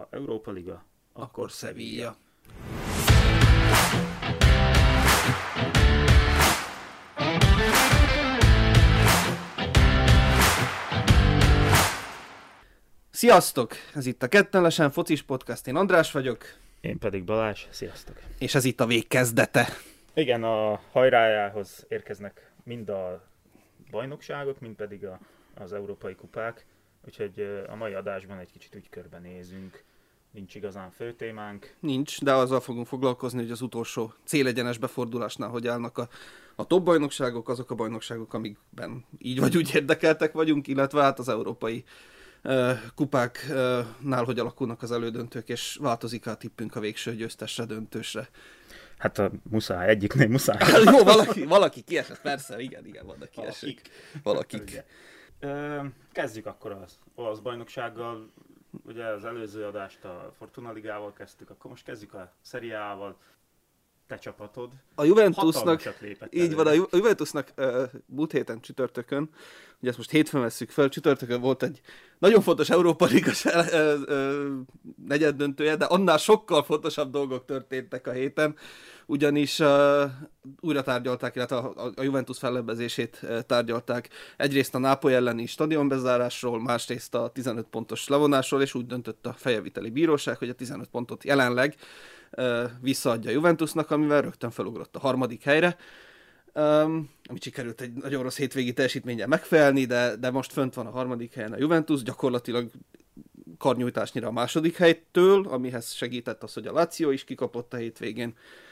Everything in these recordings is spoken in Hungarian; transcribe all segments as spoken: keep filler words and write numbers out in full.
ha Európa Liga, akkor, akkor Sevilla. Sziasztok! Ez itt a Kettenlesen Focis Podcast, én András vagyok. Én pedig Balázs, sziasztok! És ez itt a vég kezdete. Igen, a hajrájához érkeznek mind a bajnokságok, mind pedig a, az európai kupák. Úgyhogy a mai adásban egy kicsit úgy körbenézünk. Nincs igazán fő témánk. Nincs, de azzal fogunk foglalkozni, hogy az utolsó célegyenes befordulásnál hogy állnak a, a top bajnokságok, azok a bajnokságok, amikben így vagy úgy érdekeltek vagyunk, illetve hát az európai uh, kupáknál hogy alakulnak az elődöntők, és változik a tippünk a végső győztesre, döntősre. Hát a muszáj, egyiknél muszáj. Jó, valaki, valaki kiesett, persze, igen, igen, vannak kiesik. Valakik. Kezdjük akkor az olasz bajnoksággal. Ugye az előző adást a Fortuna Ligával kezdtük, akkor most kezdjük a Serie A-val. Te csapatod. A Juventusnak, így van, a Juventusnak uh, múlt héten csütörtökön, ugye ezt most hétfőn vesszük fel, csütörtökön volt egy nagyon fontos Európa Liga uh, uh, negyeddöntője, de annál sokkal fontosabb dolgok történtek a héten, ugyanis uh, újra tárgyalták, illetve a, a Juventus fellebbezését uh, tárgyalták. Egyrészt a Nápoly elleni stadionbezárásról, másrészt a tizenöt pontos levonásról, és úgy döntött a fejeviteli bíróság, hogy a tizenöt pontot jelenleg uh, visszaadja a Juventusnak, amivel rögtön felugrott a harmadik helyre, um, amit sikerült egy nagyon rossz hétvégi teljesítménnyel megfelelni, de, de most fönt van a harmadik helyen a Juventus, gyakorlatilag karnyújtásnyira a második helytől, amihez segített az, hogy a Lazio is kikapott a hétvégén,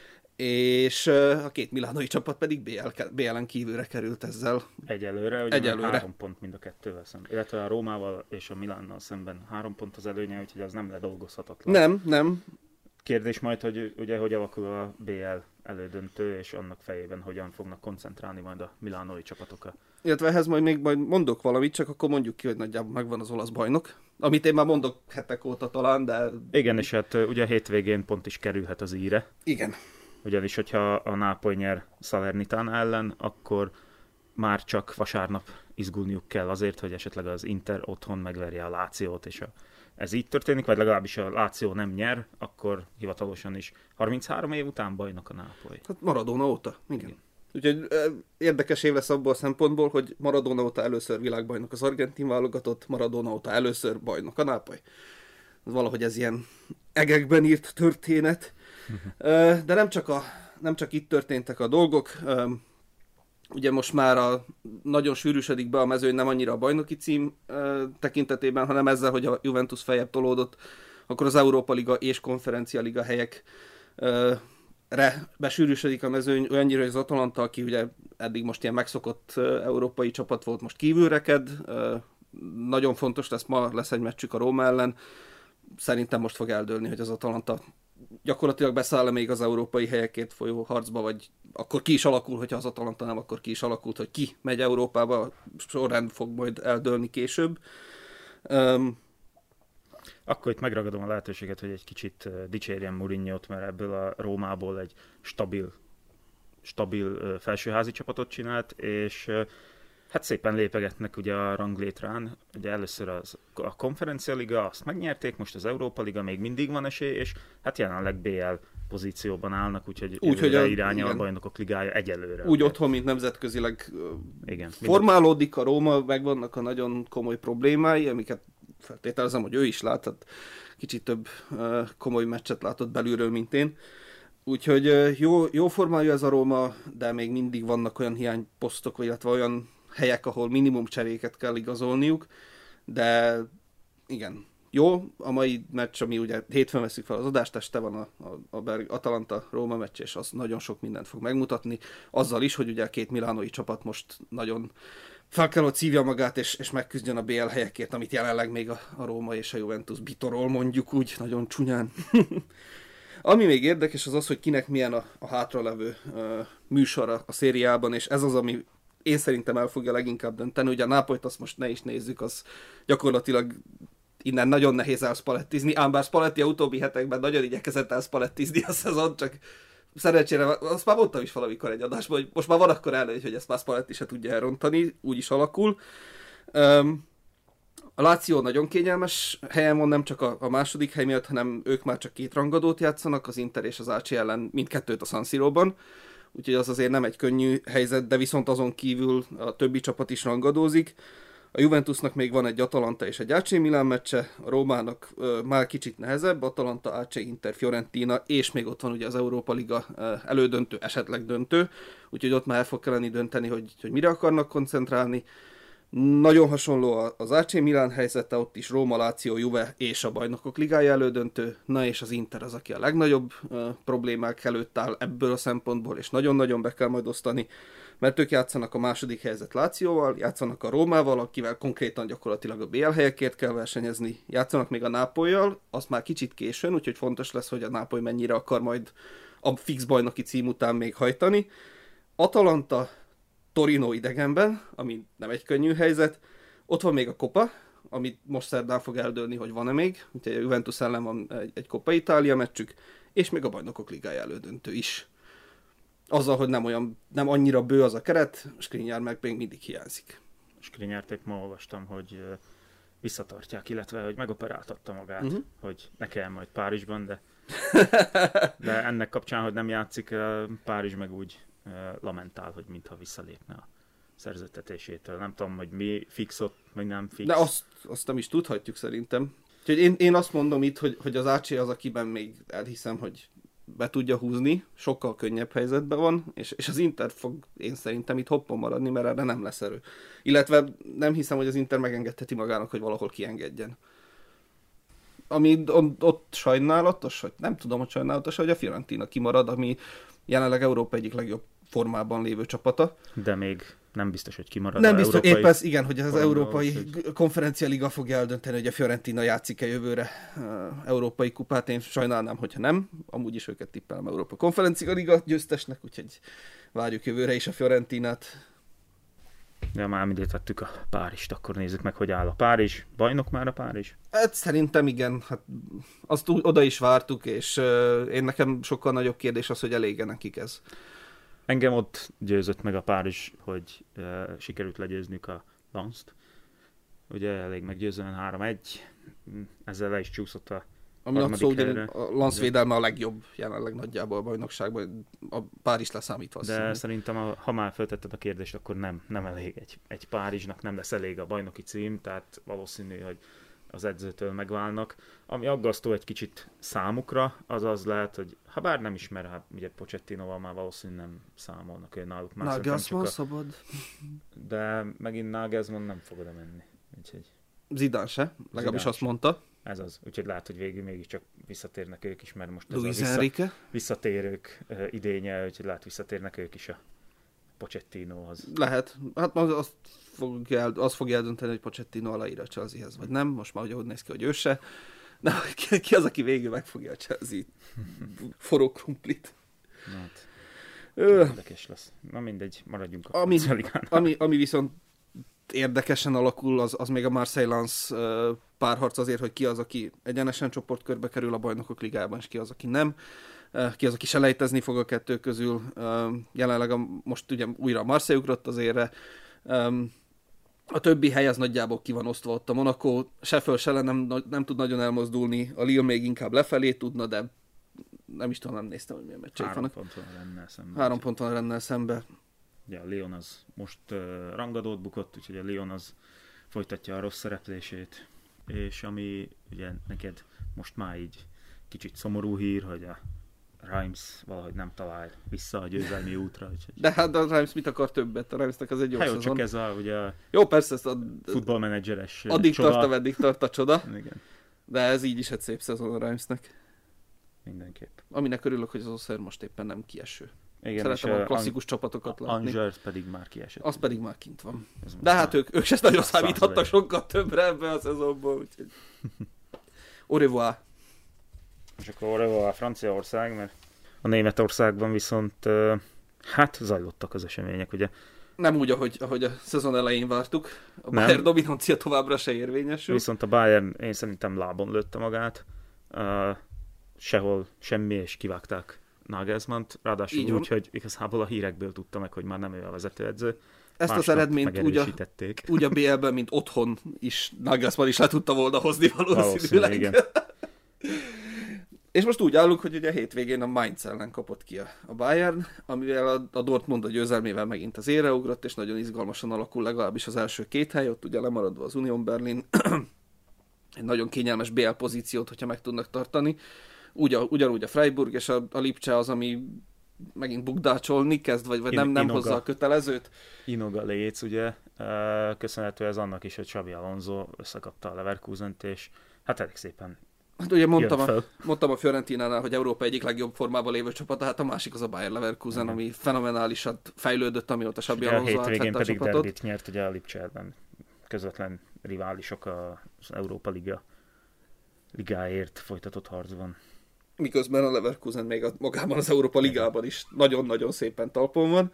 és a két milánói csapat pedig bé el-en kívülre került ezzel. Egyelőre, ugye Egyelőre. három pont mind a kettővel szemben, illetve a Rómával és a Milánnal szemben három pont az előnye, úgyhogy az nem ledolgozhatatlan. Nem, nem. Kérdés majd, hogy ugye hogy alakul a bé el elődöntő, és annak fejében hogyan fognak koncentrálni majd a milánói csapatokkal. Illetve ehhez majd még majd mondok valamit, csak akkor mondjuk ki, hogy nagyjából megvan az olasz bajnok, amit én már mondok hetek óta talán, de... Igen, és hát ugye a hétvégén pont is kerülhet az íre. Igen. Ugyanis, hogyha a Nápoly nyer Salernitana ellen, akkor már csak vasárnap izgulniuk kell azért, hogy esetleg az Inter otthon megverje a Lációt, és a, ez így történik, vagy legalábbis a Láció nem nyer, akkor hivatalosan is harminchárom év után bajnok a Nápoly. Hát Maradona óta, igen. igen. Úgyhogy érdekes év lesz abból a szempontból, hogy Maradona óta először világbajnok az argentin válogatott, Maradona óta először bajnok a Nápoly. Valahogy ez ilyen egekben írt történet. De nem csak, a, nem csak itt történtek a dolgok, ugye most már a, nagyon sűrűsödik be a mezőny, nem annyira a bajnoki cím tekintetében, hanem ezzel, hogy a Juventus feljebb tolódott, akkor az Európa Liga és Konferencia Liga helyekre besűrűsödik a mezőny, olyannyira, hogy az Atalanta, aki ugye eddig most ilyen megszokott európai csapat volt, most kívülreked, nagyon fontos lesz, ma lesz egy meccsük a Róma ellen, szerintem most fog eldőlni, hogy az Atalanta gyakorlatilag beszáll még az európai helyekért folyó harcba, vagy akkor ki is alakul, hogyha az Atalanta nem, akkor ki is alakult, hogy ki megy Európába, sorrend fog majd eldőlni később. Um, akkor itt megragadom a lehetőséget, hogy egy kicsit dicsérjem Mourinhót, mert ebből a Rómából egy stabil, stabil felsőházi csapatot csinált, és hát szépen lépegetnek ugye a ranglétrán. Ugye először az, a Konferencia Liga, azt megnyerték, most az Európa Liga még mindig van esély, és hát jelenleg bé el pozícióban állnak, úgyhogy úgy, hogy a, irányal a Bajnokok Ligája egyelőre. Úgy otthon, mint nemzetközileg igen, formálódik a Róma, megvannak a nagyon komoly problémái, amiket feltételezem, hogy ő is látott, kicsit több komoly meccset látott belülről, mint én. Úgyhogy jó, jó formájú ez a Róma, de még mindig vannak olyan hiányposztok, illetve olyan helyek, ahol minimum cseréket kell igazolniuk, de igen, jó, a mai meccs, ami ugye hétfőn veszük fel az adást, este van a, a, a Berg, Atalanta-Róma meccs, és az nagyon sok mindent fog megmutatni, azzal is, hogy ugye a két milánói csapat most nagyon fel kell, hogy szívja magát, és, és megküzdjön a bé el helyekért, amit jelenleg még a, a Róma és a Juventus bitorol, mondjuk úgy, nagyon csúnyán. Ami még érdekes az az, hogy kinek milyen a, a hátralevő uh, műsora a szériában, és ez az, ami én szerintem el fogja leginkább dönteni. Ugye a Nápolyt azt most ne is nézzük, az gyakorlatilag innen nagyon nehéz elszpalettizni, ám bár Spalletti a utóbbi hetekben nagyon igyekezett elszpalettizni a szezon, csak szerencsére, azt már mondtam is valamikor egy adásban, hogy most már van akkor előny, hogy ezt már Spalletti se tudja elrontani, úgy is alakul. Um, A Lazio nagyon kényelmes helyen van, nem csak a, a második hely miatt, hanem ők már csak két rangadót játszanak, az Inter és az á cé ellen mindkettőt a San Siróban, úgyhogy az azért nem egy könnyű helyzet, de viszont azon kívül a többi csapat is rangadózik. A Juventusnak még van egy Atalanta és egy á cé Milan meccse, a Rómának ö, már kicsit nehezebb, Atalanta, á cé, Inter, Fiorentina, és még ott van ugye az Európa Liga ö, elődöntő, esetleg döntő, úgyhogy ott már el fog kelleni dönteni, hogy, hogy mire akarnak koncentrálni. Nagyon hasonló az á cé Milan helyzete, ott is Róma, Lazio, Juve és a Bajnokok Ligája elődöntő, na és az Inter az, aki a legnagyobb ö, problémák előtt áll ebből a szempontból, és nagyon-nagyon be kell majd osztani, mert ők játszanak a második helyzet Lációval, játszanak a Rómával, akivel konkrétan gyakorlatilag a bé el helyekért kell versenyezni, játszanak még a Nápolyjal, az már kicsit későn, úgyhogy fontos lesz, hogy a Nápoly mennyire akar majd a fix bajnoki cím után még hajtani. Atalanta, Torino idegenben, ami nem egy könnyű helyzet, ott van még a Copa, amit most szerdán fog eldőlni, hogy van-e még, úgyhogy a Juventus ellen van egy, egy Coppa Italia meccsük, és még a Bajnokok Ligája elődöntő is. Azzal, hogy nem olyan, nem annyira bő az a keret, Skriniar meg még mindig hiányzik. Skriniart épp ma olvastam, hogy visszatartják, illetve hogy megoperáltatta magát, uh-huh. hogy ne kell majd Párizsban, de, de ennek kapcsán, hogy nem játszik, Párizs meg úgy lamentál, hogy mintha visszalépne a szerződtetésétől. Nem tudom, hogy mi fix ott, vagy nem fix. De azt, azt nem is tudhatjuk szerintem. Úgyhogy én, én azt mondom itt, hogy, hogy az á cé az, akiben még elhiszem, hogy be tudja húzni, sokkal könnyebb helyzetben van, és, és az Inter fog én szerintem itt hoppon maradni, mert erre nem lesz erő. Illetve nem hiszem, hogy az Inter megengedheti magának, hogy valahol kiengedjen. Ami ott, ott sajnálatos, hogy nem tudom, hogy sajnálatos, hogy a Fiorentina kimarad, ami jelenleg Európa egyik legjobb formában lévő csapata. De még nem biztos, hogy kimarad. Nem biztos, épp ez, igen, hogy az Európai hogy... Konferencia Liga fogja eldönteni, hogy a Fiorentina játszik-e jövőre uh, Európai Kupát. Én sajnálnám, hogyha nem. Amúgy is őket tippelem Európa Konferencia Liga győztesnek, úgyhogy várjuk jövőre is a Fiorentinát. Ja, már mindent vettük a Párizst, akkor nézzük meg, hogy áll a Párizs. Bajnok már a Párizs? Hát szerintem igen, hát azt oda is vártuk, és uh, én nekem sokkal nagyobb kérdés az, hogy elége nekik ez. Engem ott győzött meg a Párizs, hogy uh, sikerült legyőznünk a Lens-t. Ugye elég meggyőzően három egy, ezzel le is csúszott a ami harmadik helyre. A Lens védelme a legjobb jelenleg nagyjából a bajnokságban, a Párizs leszámítva. De színű. Szerintem, a, ha már feltetted a kérdést, akkor nem, nem elég egy, egy Párizsnak, nem lesz elég a bajnoki cím, tehát valószínű, hogy az edzőtől megválnak. Ami aggasztó egy kicsit számukra, az az lehet, hogy ha bár nem ismer, hát ugye Pochettinoval már valószínűleg nem számolnak, hogy náluk már Nagelsmann szabad. De megint Nagelsmann nem fog oda menni. Úgyhogy... Zidane se, legalábbis Zidane azt mondta. Ez az, úgyhogy lehet, hogy végül mégiscsak visszatérnek ők is, mert most ez Luis a vissza, Enrique. visszatérők uh, idénye, úgyhogy lehet visszatérnek ők is a Pochettinohoz. Lehet. Hát azt fogja, azt fogja eldönteni, hogy Pochettino aláír a Chelsea-hez, vagy nem. Most már ugye úgy néz ki, hogy ő se. De ki, ki az, aki végül megfogja a Chelsea forró krumplit? Na hát, érdekes lesz. Na mindegy, maradjunk a ami, ami, ami viszont érdekesen alakul, az, az még a Marseille-Lens párharc azért, hogy ki az, aki egyenesen csoportkörbe kerül a Bajnokok Ligájában, és ki az, aki nem. Ki az, aki selejtezni fog a kettő közül. Jelenleg a, most ugye újra a Marseille ugrott az érre. A többi hely az nagyjából ki van osztva ott. A Monaco se föl, se le nem, nem tud nagyon elmozdulni. A Lille még inkább lefelé tudna, de nem is tudom, nem néztem, hogy milyen meccseik vannak. Három pont van Rennel szemben. Három pont van Rennel szemben. Ugye a Lyon az most uh, rangadót bukott, úgyhogy a Lyon az folytatja a rossz szereplését. És ami ugye neked most már így kicsit szomorú hír, hogy a Reims valahogy nem talál vissza a győzelmi útra. Úgyhogy... De hát a Reims mit akar többet? A Reimsnek az egy jó hát jó, szezon. csak ez a ugye jó, persze, ezt a futballmenedzseres addig csoda. tart, ameddig tart a csoda. Igen. De ez így is egy szép szezon a Reimsnek. Mindenképp. Aminek örülök, hogy az Auxerre most éppen nem kieső. Igen, szeretem a klasszikus Ang- csapatokat látni. Angers pedig már kiesett. Az pedig már kint van. De hát ők, ők se nagyon számíthattak sokkal többre ebbe a szezonból. Úgyhogy... Au revoir. És akkor au revoir Franciaország, mert a Németországban viszont hát zajlottak az események, ugye. Nem úgy, ahogy, ahogy a szezon elején vártuk. A Bayern dominancia továbbra se érvényesül. Viszont a Bayern én szerintem lábon lőtte magát. Uh, sehol semmi, és kivágták Nagelsmannt, ráadásul úgy, hogy igazából a hírekből tudta meg, hogy már nem ő a vezetőedző. ezt az Másnap eredményt úgy a, megerősítették. úgy a bé el-ben, mint otthon is Nagelsmann is le tudta volna hozni valószínűleg. Valószínűleg, igen. És most úgy állunk, hogy ugye a hétvégén a Mainz ellen kapott ki a, a Bayern, amivel a, a Dortmund a győzelmével megint az élre ugrott, és nagyon izgalmasan alakul legalábbis az első két hely, ott ugye lemaradva az Union Berlin, egy nagyon kényelmes bé el pozíciót, hogyha meg tudnak tartani. Úgy a, ugyanúgy a Freiburg és a, a Lipcse az, ami megint bukdácsolni kezd, vagy, vagy nem, nem hozza a kötelezőt. Inoga Léc, ugye, köszönhető ez annak is, hogy Xabi Alonso összekapta a Leverkusent, és hát elég szépen hát ugye mondtam a, mondtam a Fiorentinánál, hogy Európa egyik legjobb formában lévő csapata, hát a másik az a Bayer Leverkusen, igen. Ami fenomenálisat fejlődött, amióta Xabi Alonso átvette a hétvégén pedig csapatot. derbit nyert ugye a Lipcse ellen. Közvetlen riválisok az Európa Liga ligáért folytatott harcban. Miközben a Leverkusen még a, magában az Európa Ligában is nagyon-nagyon szépen talpon van.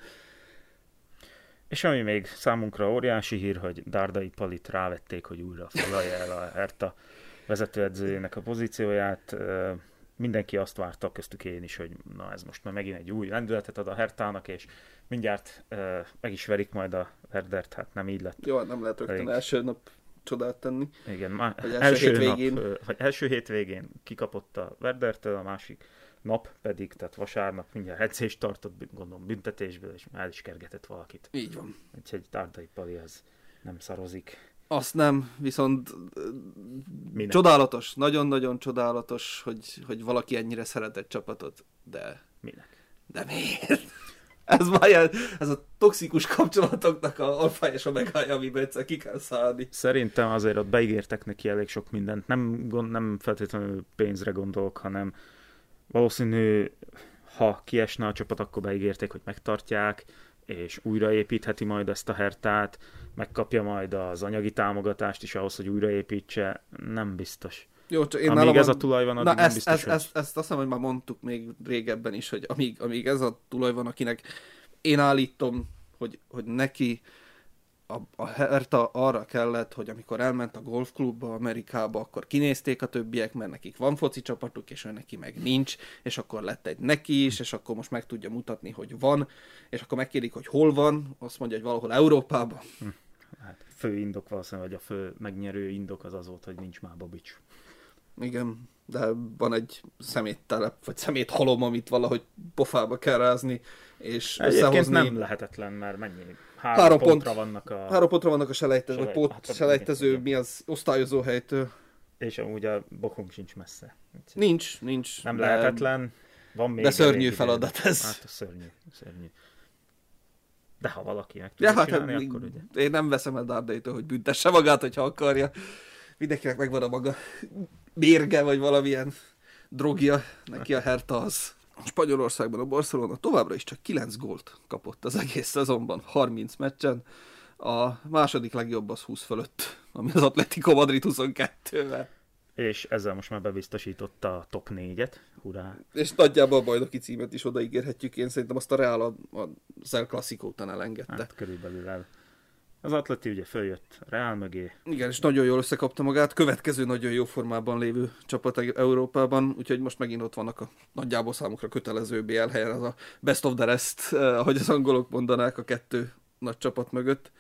És ami még számunkra óriási hír, hogy Dárdai Palit rávették, hogy újra foglalja el a Hertha vezetőedzőjének a pozícióját. Mindenki azt várta, köztük én is, hogy na ez most már megint egy új lendületet ad a Hertának, és mindjárt meg is verik majd a Werdert, hát nem így lett. Jó, nem lehet rögtön Elég. első nap csodát tenni. Igen, má, első, első, hétvégén. nap, vagy első hétvégén kikapott a Werdertől, a másik nap pedig, tehát vasárnap mindjárt edzést tartott, gondolom büntetésből, és már el is kergetett valakit. Így van. Úgyhogy Dárdai Pali az nem szarozik. Azt nem, viszont Minek? Csodálatos, nagyon-nagyon csodálatos, hogy, hogy valaki ennyire szeret egy csapatot, de... Minek? De miért? Ez már ez a toxikus kapcsolatoknak a alfa és a megállja, amiben egyszer ki kell szállni. Szerintem azért ott beígértek neki elég sok mindent. Nem, gond, nem feltétlenül pénzre gondolok, hanem valószínű, ha kiesne a csapat, akkor beígérték, hogy megtartják, és újraépítheti majd ezt a Hertát, megkapja majd az anyagi támogatást is ahhoz, hogy újraépítse. Nem biztos. Jó, csak én amíg ez a... a tulaj van, addig Na, nem ezt, biztos, ezt, hogy... ezt, ezt azt hiszem, hogy már mondtuk még régebben is, hogy amíg, amíg ez a tulaj van, akinek én állítom, hogy, hogy neki a, a Hertha arra kellett, hogy amikor elment a golfklubba Amerikába, akkor kinézték a többiek, mert nekik van foci csapatuk, és ő neki meg nincs, és akkor lett egy neki is, és akkor most meg tudja mutatni, hogy van, és akkor megkérdik, hogy hol van, azt mondja, hogy valahol Európában. Hm. Hát fő indok valószínűleg, vagy a fő megnyerő indok az az volt, hogy nincs már Bobics. Igen, de van egy szeméttelep, vagy szeméthalom, amit valahogy pofába kell rázni, és egyébként összehozni. nem lehetetlen, mert mennyi? Három, három pontra pont, vannak a... Három pontra vannak a selejtező, Selej... vagy pót hát, selejtező, igen. mi az osztályozó helytől. És amúgy a Bochum sincs messze. Nincs, nincs. Nem de... lehetetlen, van még... De szörnyű feladat idő. Ez. Hát szörnyű, szörnyű. De ha valaki meg tudja ja, hát, csinálni, hát, akkor ugye... Én nem veszem el Dardaitól, hogy büntesse magát, hogyha akarja. Mindenkinek megvan a maga mérge, vagy valamilyen drogja. Neki a Hertha az. Spanyolországban a Barcelona továbbra is csak kilenc gólt kapott az egész szezonban, harminc meccsen. A második legjobb az húsz fölött, ami az Atletico Madrid huszonkettővel. És ezzel most már bebiztosította a top négyet. Hurrá! És nagyjából a bajnoki címet is odaígérhetjük. Én szerintem azt a Real a, a El Clasico után elengedte. Hát körülbelül el. Az Atleti ugye följött a Real mögé. Igen, és nagyon jól összekapta magát. Következő nagyon jó formában lévő csapat Európában, úgyhogy most megint ott vannak a nagyjából számukra kötelező bé el helyen, az a best of the rest, eh, ahogy az angolok mondanák, a kettő nagy csapat mögött.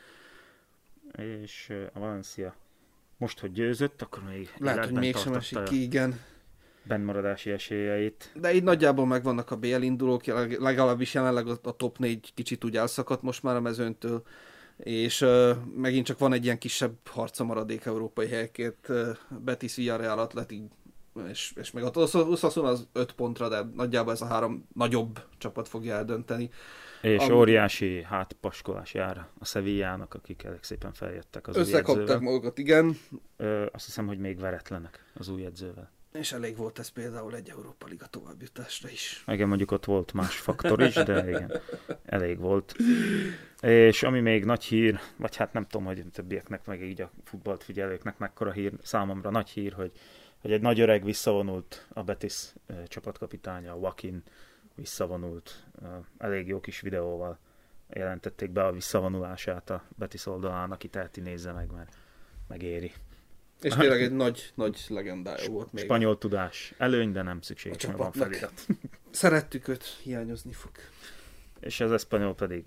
És a Valencia most, hogy győzött, akkor még lehet, hogy mégsem esik ki, igen. Bennmaradási esélyeit. De így nagyjából megvannak a bé el indulók, legalábbis jelenleg a top négy kicsit úgy elszakadt most már a mezőntől, és uh, megint csak van egy ilyen kisebb harca maradék európai helyekért, uh, Betis, Villarreal, Athletic, és, és meg a Osasuna az öt pontra, de nagyjából ez a három nagyobb csapat fogja eldönteni. És Am... óriási hátpaskolás jár a Sevillának, akik elég szépen feljöttek az új edzővel. Összekapták magukat, igen. Ö, azt hiszem, hogy még veretlenek az új edzővel. És elég volt ez például egy Európa Liga továbbjutásra is. Igen, mondjuk ott volt más faktor is, de igen, elég volt. És ami még nagy hír, vagy hát nem tudom, hogy többieknek, meg így a futballt figyelőknek mekkora hír, számomra nagy hír, hogy, hogy egy nagy öreg visszavonult, a Betis csapatkapitánya, Joaquin visszavonult. Elég jó kis videóval jelentették be a visszavonulását a Betis oldalán, aki teheti, nézze meg, mert megéri. És tényleg egy nagy, nagy legendája volt még. Spanyol tudás előny, de nem szükséges, mert van felirat. Szerettük őt, hiányozni fog. És az Espanyol pedig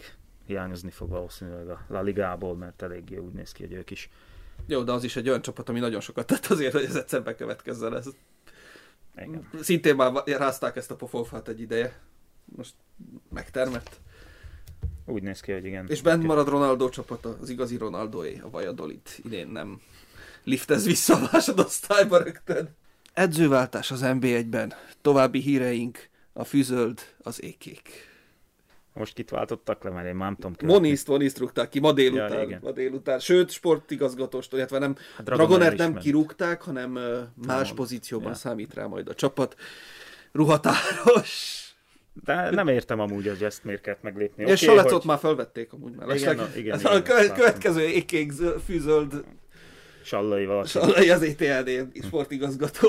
hiányozni fog valószínűleg a La Ligából, mert eléggé úgy néz ki, hogy ők is. Jó, de az is egy olyan csapat, ami nagyon sokat tett azért, hogy ez egyszer bekövetkezzen. Ez... Igen. Szintén már rázták ezt a pofonfát egy ideje. Most megtermett. Úgy néz ki, hogy igen. És bent marad Ronaldo csapata, az igazi Ronaldoé, a Valladolid. Idén nem liftez vissza a másodosztályba rögtön. Edzőváltás az en bé egyben. További híreink, a fűzöld, az ékék. Most kit váltottak le, mert én már nem tudom követni. Moniszt, Moniszt rúgták ki ma délután, ja, ma délután. Sőt, sportigazgatóstól, illetve nem, hát Dragonert nem kirúgták, hanem más nem pozícióban ja. számít rá majd a csapat. Ruhatáros. De nem értem amúgy, hogy ezt miért kellett meglépni. És okay, Salacot hogy... már felvették amúgy mellesleg. Igen, no, igen, igen, a igen, következő ékék fűzöld. Sallai valaki. Sallai az é té el dé sportigazgató.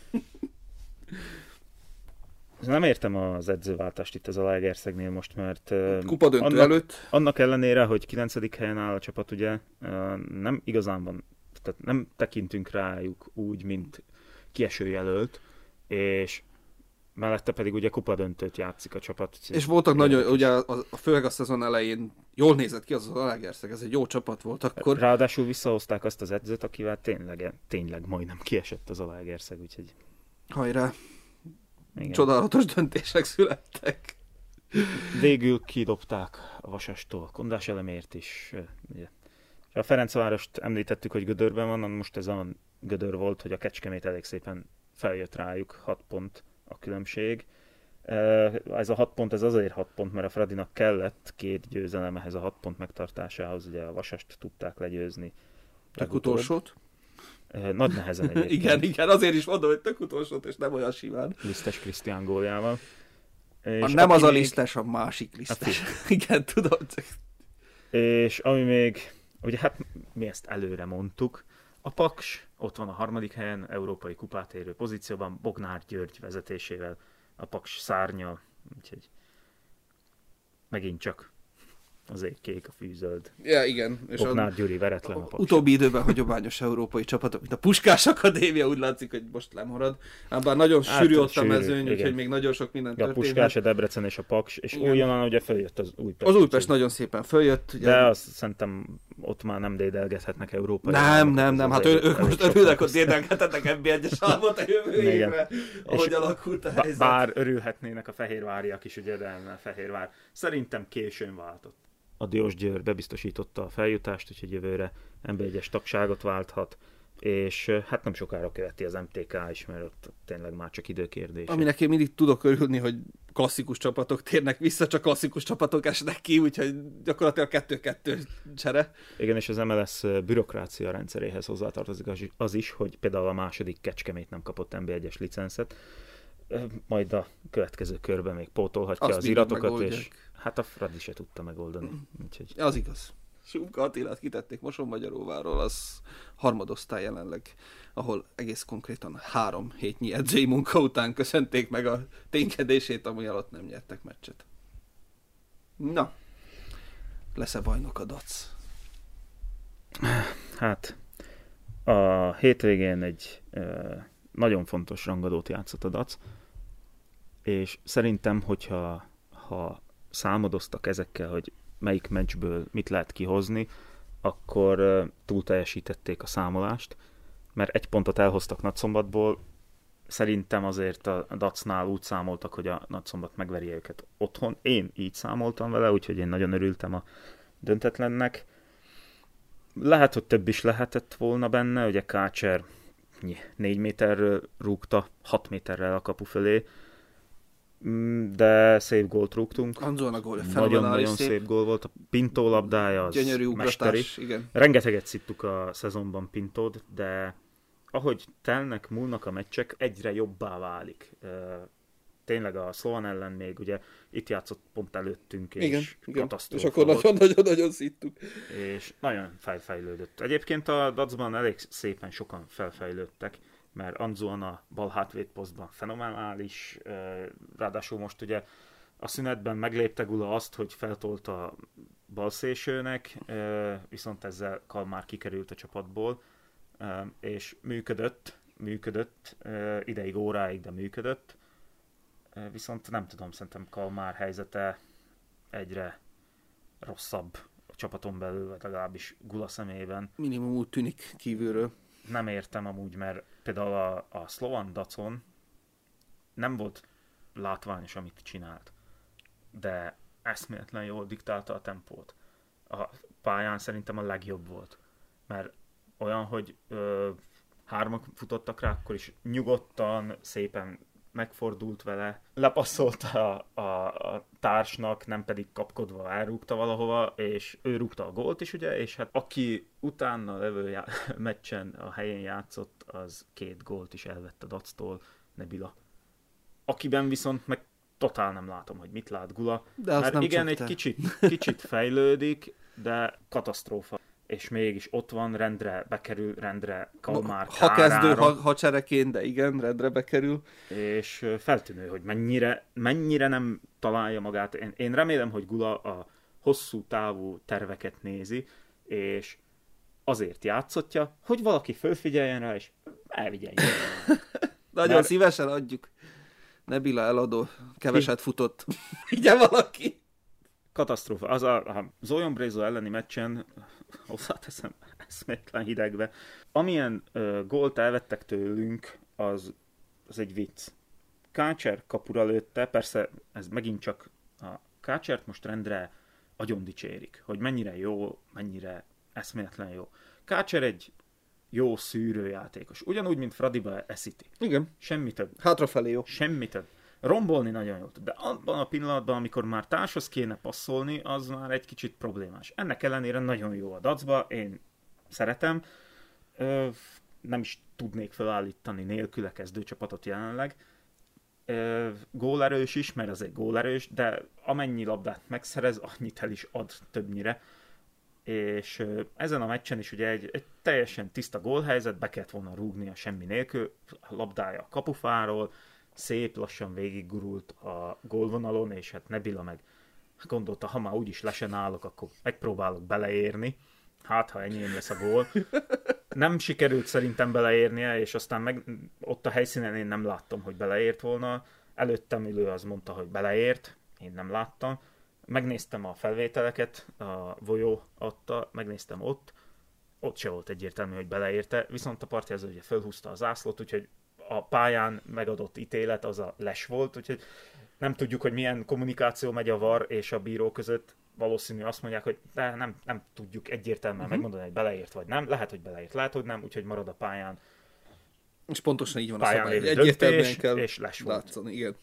Nem értem az edzőváltást itt az Zalaegerszegnél most, mert kupa döntő annak, előtt. Annak ellenére, hogy kilencedik helyen áll a csapat, ugye nem igazán van, tehát nem tekintünk rájuk úgy, mint kieső jelölt, és mellette pedig ugye kupa döntőt játszik a csapat. És voltak nagyon, ugye a, a főleg a szezon elején jól nézett ki az az Zalaegerszeg, ez egy jó csapat volt akkor. Ráadásul visszahozták azt az edzőt, akivel tényleg, tényleg majdnem kiesett az Zalaegerszeg, úgyhogy... Hajrá! Igen. Csodálatos döntések születtek. Végül kidobták a Vasastól, Kondás Elemért is. Ugye. A Ferencvárost említettük, hogy gödörben van, most ez a gödör volt, hogy a Kecskemét elég szépen feljött rájuk, hat pont a különbség. Ez a hat pont, ez azért hat pont, mert a Fradinak kellett két győzelem ehhez a hat pont megtartásához, ugye a Vasast tudták legyőzni. Tök utolsót? Nagy nehezen egyébként. igen, igen, azért is mondom, hogy tök utolsót, és nem olyan simán. Lisztes Krisztián góljával. És nem az még... a Lisztes, a másik Lisztes. igen, tudom. És ami még, ugye hát mi ezt előre mondtuk, a Paks ott van a harmadik helyen, európai kupát érő pozícióban, Bognár György vezetésével, a Paks szárnya, úgyhogy megint csak az ég kék, a fűzöld. Ja, igen. És Bognár a... Gyuri veretlen a Paks. Utóbbi időben hagyományos európai csapatok, mint a Puskás Akadémia, úgy látszik, hogy most lemarad. Ám bár nagyon hát, sűrű ott a mezőny, úgyhogy még nagyon sok minden ja, történt. A Puskás, a Debrecen és a Paks, és újonnan ugye följött az Újpest. Az Újpest nagyon szépen följött. Ugye... De azt szerintem ott már nem dédelgethetnek európai. Nem, nem, nem, hát ők most örülnek, hogy dédelgethetnek en bé egyes álmot a jövő évre, ahogy alakult a helyzet. Bár örülhetnének a fehérváriak is, ugye, de a Fehérvár szerintem későn váltott. A Diós Győr bebiztosította a feljutást, úgyhogy jövőre en bé egyes tagságot válthat, és hát nem sokára követi az em té ká is, mert ott tényleg már csak időkérdés. Aminek én mindig tudok örülni, hogy klasszikus csapatok térnek vissza, csak klasszikus csapatok esnek ki, úgyhogy gyakorlatilag kettő-kettő csere. Igen, és az em el es bürokrácia rendszeréhez hozzátartozik az is, hogy például a második Kecskemét nem kapott en bé egyes licenszet, majd a következő körben még pótolhatja azt az iratokat, megoldják. És hát a Fradi se tudta megoldani. Úgyhogy... Az igaz. Sumka Attilát kitették Mosonmagyaróváról, az harmadosztály jelenleg, ahol egész konkrétan három hétnyi edzői munka után köszönték meg a ténykedését, ami alatt nem nyertek meccset. Na, lesz-e bajnok a Dac? Hát, a hétvégén egy uh, nagyon fontos rangadót játszott a Dac, és szerintem, hogyha ha számodoztak ezekkel, hogy melyik meccsből mit lehet kihozni, akkor uh, túl teljesítették a számolást, mert egy pontot elhoztak Nagyszombatból, szerintem azért a Dacnál úgy számoltak, hogy a Nagyszombat megveri őket otthon. Én így számoltam vele, úgyhogy én nagyon örültem a döntetlennek. Lehet, hogy több is lehetett volna benne, ugye Kácser négy méterről rúgta, hat méterrel a kapu fölé, de szép gólt rúgtunk. Anzolna gólja, nagyon-nagyon szép. szép gól volt. A Pintó labdája az gyönyörű mesteri. Ugratás, igen. Rengeteget szittuk a szezonban Pintód, de ahogy telnek, múlnak a meccsek, egyre jobbá válik. Tényleg a Slovan ellen még ugye itt játszott pont előttünk, és igen, katasztrófa. És akkor nagyon-nagyon-nagyon szittuk. És nagyon felfejlődött. Egyébként a Dacban elég szépen sokan felfejlődtek, mert Anzuan a bal hátvédposztban fenomenális, ráadásul most ugye a szünetben meglépte Gula azt, hogy feltolta a balszélsőnek, viszont ezzel Kalmár kikerült a csapatból, és működött, működött, ideig, óráig, de működött, viszont nem tudom, szerintem Kalmár helyzete egyre rosszabb a csapaton belül, vagy legalábbis Gula személyében. Minimum úgy tűnik kívülről. Nem értem amúgy, mert például a, a Slovan Dacon nem volt látványos, amit csinált, de eszméletlen jól diktálta a tempót. A pályán szerintem a legjobb volt, mert olyan, hogy ö, hármak futottak rá, akkor is nyugodtan, szépen megfordult vele, lepasszolta a, a, a társnak, nem pedig kapkodva elrúgta valahova, és ő rúgta a gólt is, ugye, és hát aki utána levő já- meccsen a helyén játszott, az két gólt is elvett a Dactól, Nebila. Akiben viszont meg totál nem látom, hogy mit lát Gula, de mert nem igen, egy te. kicsit, kicsit fejlődik, de katasztrófa. És mégis ott van, rendre bekerül, rendre Kalmár Ha kezdő, kárára. ha, ha csereként, de igen, rendre bekerül. És feltűnő, hogy mennyire, mennyire nem találja magát. Én, én remélem, hogy Gula a hosszú távú terveket nézi, és azért játszotja, hogy valaki fölfigyeljen rá, és elvigyen. Nagyon Mert... szívesen adjuk. Nebila eladó, keveset futott. Igen, valaki. Katasztrófa. Az a, a Zoyon Brézo elleni meccsen, hozzáteszem, eszméletlen hidegbe. Amilyen uh, gólt elvettek tőlünk, az, az egy vicc. Kácser kapura lőtte, persze ez megint csak a Kácsert most rendre agyon dicsérik, hogy mennyire jó, mennyire eszméletlen jó. Kácser egy jó szűrőjátékos. Ugyanúgy, mint Fradiba Esziti. Igen. Semmi több. Hátrafelé jó. Semmi több. Rombolni nagyon jó tud, de abban a pillanatban, amikor már társhoz kéne passzolni, az már egy kicsit problémás. Ennek ellenére nagyon jó a dacba, én szeretem. Ö, nem is tudnék felállítani nélküle kezdőcsapatot jelenleg. Ö, gólerős is, mert az egy gólerős, de amennyi labdát megszerez, annyit el is ad többnyire. És ö, ezen a meccsen is ugye egy, egy teljesen tiszta gólhelyzet, be kellett volna rúgnia semmi nélkül, a labdája a kapufáról, szép lassan végiggurult a gólvonalon, és hát Nebila meg gondolta, ha már úgyis lesen állok, akkor megpróbálok beleérni. Hát, ha enyém lesz a gól. Nem sikerült szerintem beleérnie, és aztán meg, ott a helyszínen én nem láttam, hogy beleért volna. Előttem ülő az mondta, hogy beleért, én nem láttam. Megnéztem a felvételeket, a Voyó adta, megnéztem ott, ott se volt egyértelmű, hogy beleérte, viszont a partjelző ugye fölhúzta a zászlót, úgyhogy a pályán megadott ítélet az a les volt, úgyhogy nem tudjuk, hogy milyen kommunikáció megy a VAR és a bíró között. Valószínű azt mondják, hogy de nem, nem tudjuk egyértelműen uh-huh. megmondani, hogy beleért vagy nem. Lehet, hogy beleért, lehet, hogy nem, úgyhogy marad a pályán. És pontosan így van a pályán szabály. Egyértelműen kell és les volt. Látszani, igen.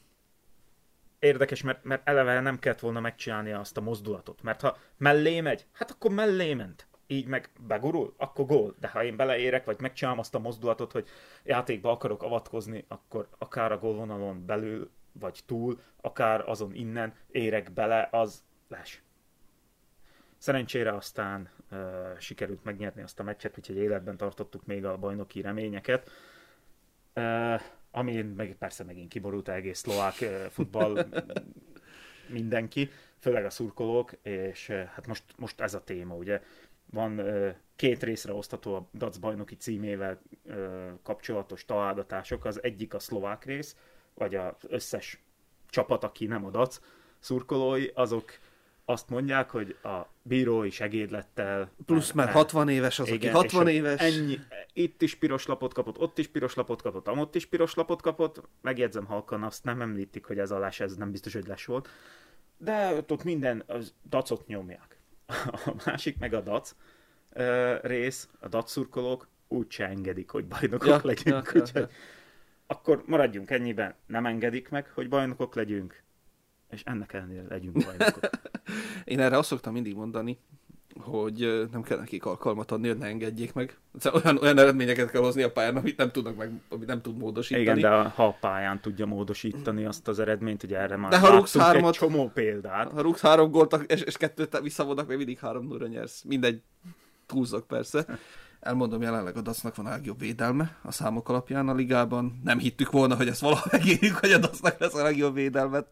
Érdekes, mert, mert eleve nem kellett volna megcsinálnia azt a mozdulatot. Mert ha mellé megy, hát akkor mellé ment. Így meg begurul, akkor gól. De ha én beleérek, vagy megcsinálom azt a mozdulatot, hogy játékba akarok avatkozni, akkor akár a gólvonalon belül, vagy túl, akár azon innen érek bele, az les. Szerencsére aztán uh, sikerült megnyerni azt a meccset, úgyhogy életben tartottuk még a bajnoki reményeket. Uh, ami meg persze megint kiborult egész szlovák uh, futball mindenki, főleg a szurkolók, és uh, hát most, most ez a téma, ugye. Van uh, két részre osztható a dac bajnoki címével uh, kapcsolatos találgatások. Az egyik a szlovák rész, vagy az összes csapat, aki nem a dac szurkolói, azok azt mondják, hogy a bírói segédlettel... Plusz már hatvan éves az, igen, aki hatvan éves. Ennyi, itt is piros lapot kapott, ott is piros lapot kapott, amott is piros lapot kapott. Megjegyzem halkan, azt nem említik, hogy ez a les, ez nem biztos, hogy les volt. De ott minden az dacot nyomják. A másik meg a dac uh, rész, a dac szurkolók úgyse engedik, hogy bajnokok ja, legyünk. Ja, úgyhogy ja, ja. Akkor maradjunk ennyiben, nem engedik meg, hogy bajnokok legyünk, és ennek ellenére legyünk bajnokok. Én erre azt szoktam mindig mondani, hogy nem kell nekik alkalmat adni, hogy ne engedjék meg. Olyan, olyan eredményeket kell hozni a pályán, amit nem tudnak meg, amit nem tud módosítani. Igen, de ha a pályán tudja módosítani azt az eredményt, ugye erre már de ha rúgsz hármat, egy csomó példát. Ha rúgsz három gólt, és, és kettőt visszavonnak, még mindig három nullra nyersz. Mindegy, túlzok persze. Elmondom, jelenleg a dacnak van a legjobb védelme a számok alapján a ligában. Nem hittük volna, hogy ezt valaha megérjük, hogy a dacnak lesz a legjobb védelmet.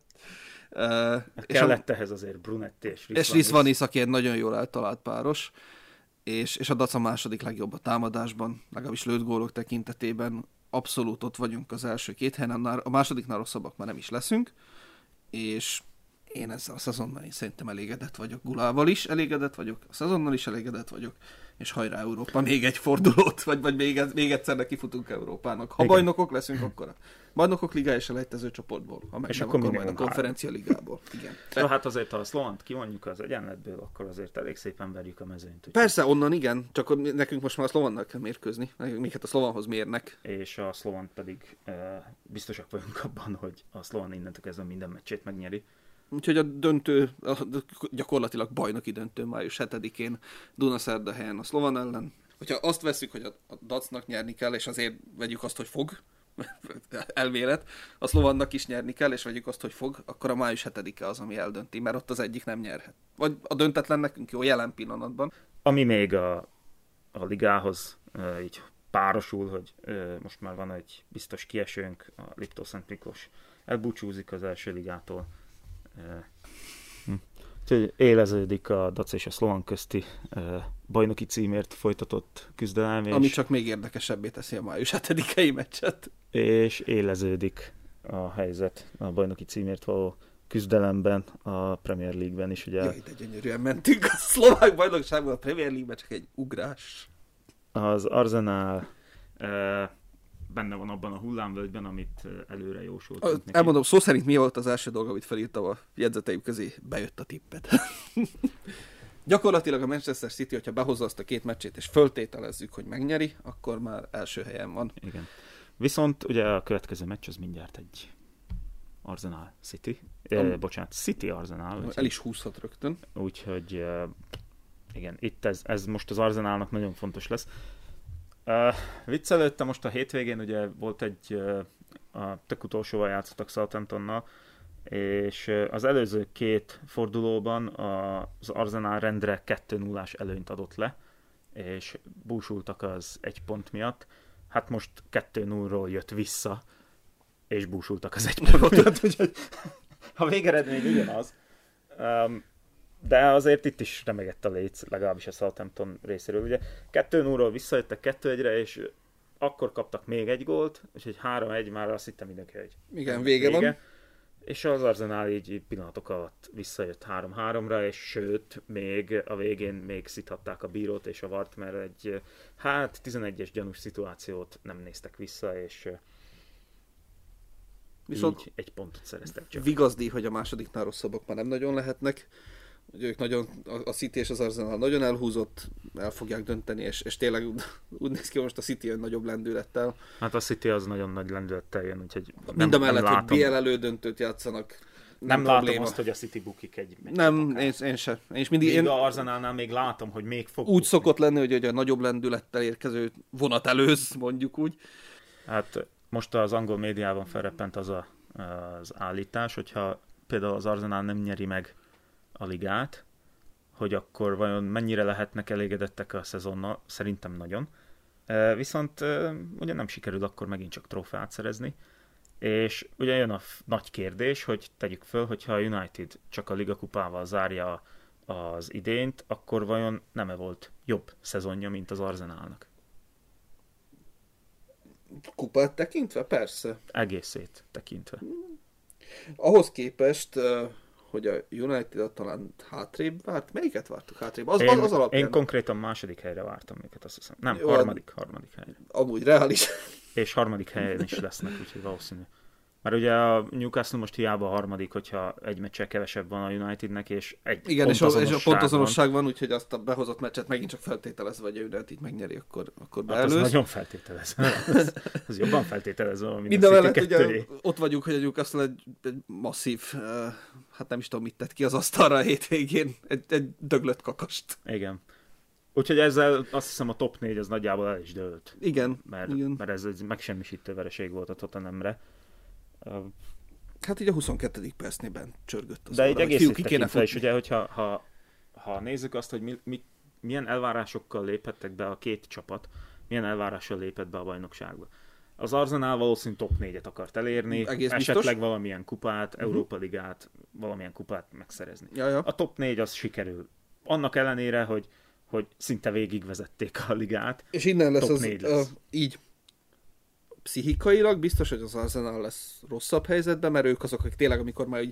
Uh, Kellett a... ehhez azért Brunetti és Rizvanis. És Rizvanis, aki egy nagyon jól eltalált páros. És, és a dac a második legjobb a támadásban, legalábbis lőtt gólok tekintetében. Abszolút ott vagyunk az első két helyen, a másodiknál rosszabbak már nem is leszünk. És én ezzel a szezonnal én szerintem elégedett vagyok. Gulával is elégedett vagyok, a szezonnal is elégedett vagyok, és hajrá Európa, még egy fordulót, vagy, vagy még, még egyszer nekifutunk Európának. Ha igen. Bajnokok leszünk, akkor a bajnokok ligája és a lejtező csoportból, ha meg és nem, akkor, akkor majd a konferencia ligából. Igen. De hát azért, ha a Szlovant kivonjuk az egyenletből, akkor azért elég szépen verjük a mezőnyt. Úgy. Persze, onnan igen, csak nekünk most már a Szlovannal kell mérkőzni, minket a Szlovanhoz mérnek. És a Szlovant pedig e, biztosak vagyunk abban, hogy a Szlovan innentől kezdve minden meccsét megnyeri. Úgyhogy a döntő, a, gyakorlatilag bajnoki döntő május hetedikén Dunaszerdahelyen a Szlovan ellen. Hogyha azt veszük, hogy a, a Dacnak nyerni kell, és azért vegyük azt, hogy fog, elmélet, a Szlovannak is nyerni kell, és vegyük azt, hogy fog, akkor a május hetedike az, ami eldönti, mert ott az egyik nem nyerhet. Vagy a döntetlen nekünk jó jelen pillanatban. Ami még a, a ligához e, így párosul, hogy e, most már van egy biztos kiesőnk, a Liptó-Szent Miklós elbúcsúzik az első ligától. Hm. Úgyhogy éleződik a Dac és a Szlovan közti uh, bajnoki címért folytatott küzdelem. És, ami csak még érdekesebbé teszi a május hetedikei meccset. És éleződik a helyzet a bajnoki címért való küzdelemben a Premier League-ben is. Ugye jaj, de gyönyörűen mentünk a szlovák bajnokságban, a Premier League-ben csak egy ugrás. Az Arsenal uh, benne van abban a hullámvölgyben, amit előre jósoltunk neki. Elmondom, szó szerint mi volt az első dolog, amit felírtam a jegyzeteim közé, bejött a tippet. Gyakorlatilag a Manchester City, hogyha behozza azt a két meccsét, és föltételezzük, hogy megnyeri, akkor már első helyen van. Igen. Viszont ugye a következő meccs az mindjárt egy Arsenal City. Eh, bocsánat, City Arsenal. El is húzhat rögtön. Úgyhogy uh, igen, itt ez, ez most az Arsenalnak nagyon fontos lesz. Uh, viccelődtem most a hétvégén, ugye volt egy, uh, a tök utolsóval játszottak Southamptonnal, és uh, az előző két fordulóban a, az Arsenal rendre kettő nullás előnyt adott le, és búsultak az egy pont miatt. Hát most kettő nullról jött vissza, és búsultak az egy pont miatt, úgyhogy a végeredmény ugyanaz. Um, De azért itt is remegett a léc, legalábbis a Southampton részéről. Ugye kettő nullról visszajöttek kettő egyre, és akkor kaptak még egy gólt, úgyhogy három egy már azt hittem mindenki, hogy igen, vége, vége van. És az Arsenal így pillanatok alatt visszajött három háromra, és sőt, még a végén még szithatták a bírót és a vart, mert egy hát tizenegyes gyanús szituációt nem néztek vissza, és viszont így egy pontot szereztek csak. Vigazdi, hogy a másodiknál rosszabbak már nem nagyon lehetnek. Hogy ők nagyon, a City és az Arsenal nagyon elhúzott, el fogják dönteni, és, és tényleg úgy néz ki, most a City jön nagyobb lendülettel. Hát a City az nagyon nagy lendülettel jön, úgyhogy mind a mellett, hogy bé el elődöntőt játszanak, nem, nem látom probléma. Azt, hogy a City bukik egy meccs. Nem, én, én sem. Én is mindig, még én... a Arsenalnál még látom, hogy még fog úgy bukni. Szokott lenni, hogy, hogy a nagyobb lendülettel érkező vonat előz, mondjuk úgy. Hát most az angol médiában felreppent az a, az állítás, hogyha például az Arsenal nem nyeri meg a ligát, hogy akkor vajon mennyire lehetnek elégedettek a szezonnal, szerintem nagyon. Viszont ugye nem sikerül akkor megint csak trófeát szerezni, és ugye jön a f- nagy kérdés, hogy tegyük föl, hogyha a United csak a ligakupával zárja az idényt, akkor vajon nem-e volt jobb szezonja, mint az Arsenalnak? Kupát tekintve? Persze. Egészét tekintve. Ahhoz képest, hogy a United talán hátrébb várt. Melyiket vártuk hátrébb? Az, én, az, az alapján. Én konkrétan második helyre vártam őket, azt hiszem. Nem, Jó, harmadik, harmadik helyre. Amúgy reális. És harmadik helyen is lesznek, úgyhogy valószínű. Mert ugye a Newcastle most hiába a harmadik, hogyha egy meccsel kevesebb van a Unitednek, és egy igen, és a, és a pontazonosság van, úgyhogy azt a behozott meccset megint csak feltételezve, hogy a United megnyeri, akkor, akkor beelőz. Hát az nagyon feltételezve. Ez, ez jobban feltételezve, mint mind a mellett ugye ott vagyunk, hogy a Newcastle egy, egy masszív, uh, hát nem is tudom, mit tett ki az asztalra a hétvégén, egy, egy döglött kakast. Igen. Úgyhogy ezzel azt hiszem a top négy az nagyjából el is dőlt. Igen. Mert, igen. mert ez egy megsemmisítő vereség volt a Tottenhamre. Hát így a huszonkettedik percnél bent csörgött az de egy egész tekintve is, ugye, hogyha ha, ha nézzük azt, hogy mi, mi, milyen elvárásokkal léphettek be a két csapat, milyen elvárással lépett be a bajnokságba. Az Arsenal valószínűleg top négyet akart elérni, egész esetleg biztos. Valamilyen kupát, uh-huh. Európa Ligát, valamilyen kupát megszerezni. Ja, ja. A top négy az sikerül. Annak ellenére, hogy, hogy szinte végigvezették a ligát. És innen lesz az, lesz. Uh, így pszichikailag biztos, hogy az Arsenal lesz rosszabb helyzetben, mert ők azok, akik tényleg, amikor már úgy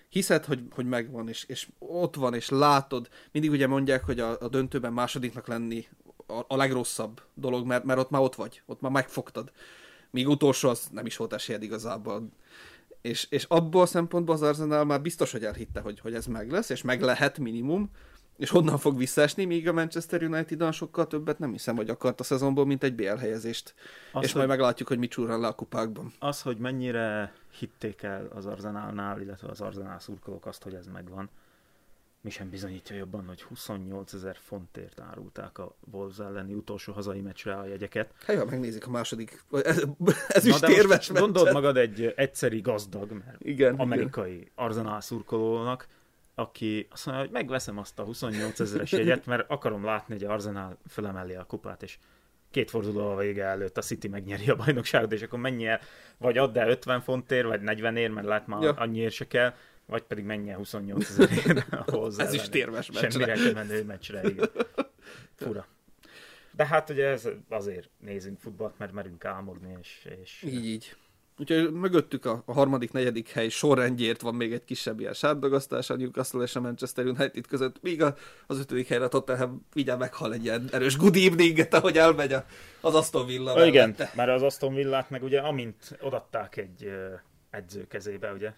hiszed, hogy, hogy megvan, és, és ott van, és látod. Mindig ugye mondják, hogy a, a döntőben másodiknak lenni a, a legrosszabb dolog, mert, mert ott már ott vagy, ott már megfogtad. Míg utolsó az nem is volt esélyed igazából. És, és abból a szempontból az Arsenal már biztos, hogy elhitte, hogy, hogy ez meg lesz, és meg lehet minimum, és honnan fog visszaesni, míg a Manchester United-on sokkal többet nem hiszem, hogy akart a szezonból, mint egy bé el helyezést. Az, és hogy... majd meglátjuk, hogy mit csúrran le a kupákban. Az, hogy mennyire hitték el az Arsenalnál, illetve az Arsenal szurkolók azt, hogy ez megvan, mi sem bizonyítja jobban, hogy huszonnyolcezer fontért árulták a Wolves elleni utolsó hazai meccsre a jegyeket. Hát ja, megnézik a második, ez, ez is térves meccset. Gondold magad egy egyszeri gazdag, mert igen, amerikai igen. Arsenal szurkolónak, aki azt mondja, hogy megveszem azt a huszonnyolcezeres jegyet, mert akarom látni, hogy Arsenal fölemeli a kupát, és két forduló a vége előtt a City megnyeri a bajnokságot, és akkor menj el, vagy add el ötven fontért, vagy negyven ér, mert lát már ja. annyiért se kell, vagy pedig menj el huszonnyolcezerért hozzá. Ez is térves meccsre. Semmire sem menő meccsre, igen. Fura. De hát ugye ez azért nézünk futballt, mert merünk álmodni, és... és... Így, így. Úgyhogy mögöttük a, a harmadik, negyedik hely sorrendjért van még egy kisebb ilyen sárdagasztás a Newcastle és a Manchester United között, míg a, az ötödik helyre a Tottenham vigyár meghal egy ilyen erős good evening-et, ahogy elmegy a, az Aston Villa. Ö, igen, mert az Aston Villát meg ugye amint odatták egy uh, edző kezébe, ugye,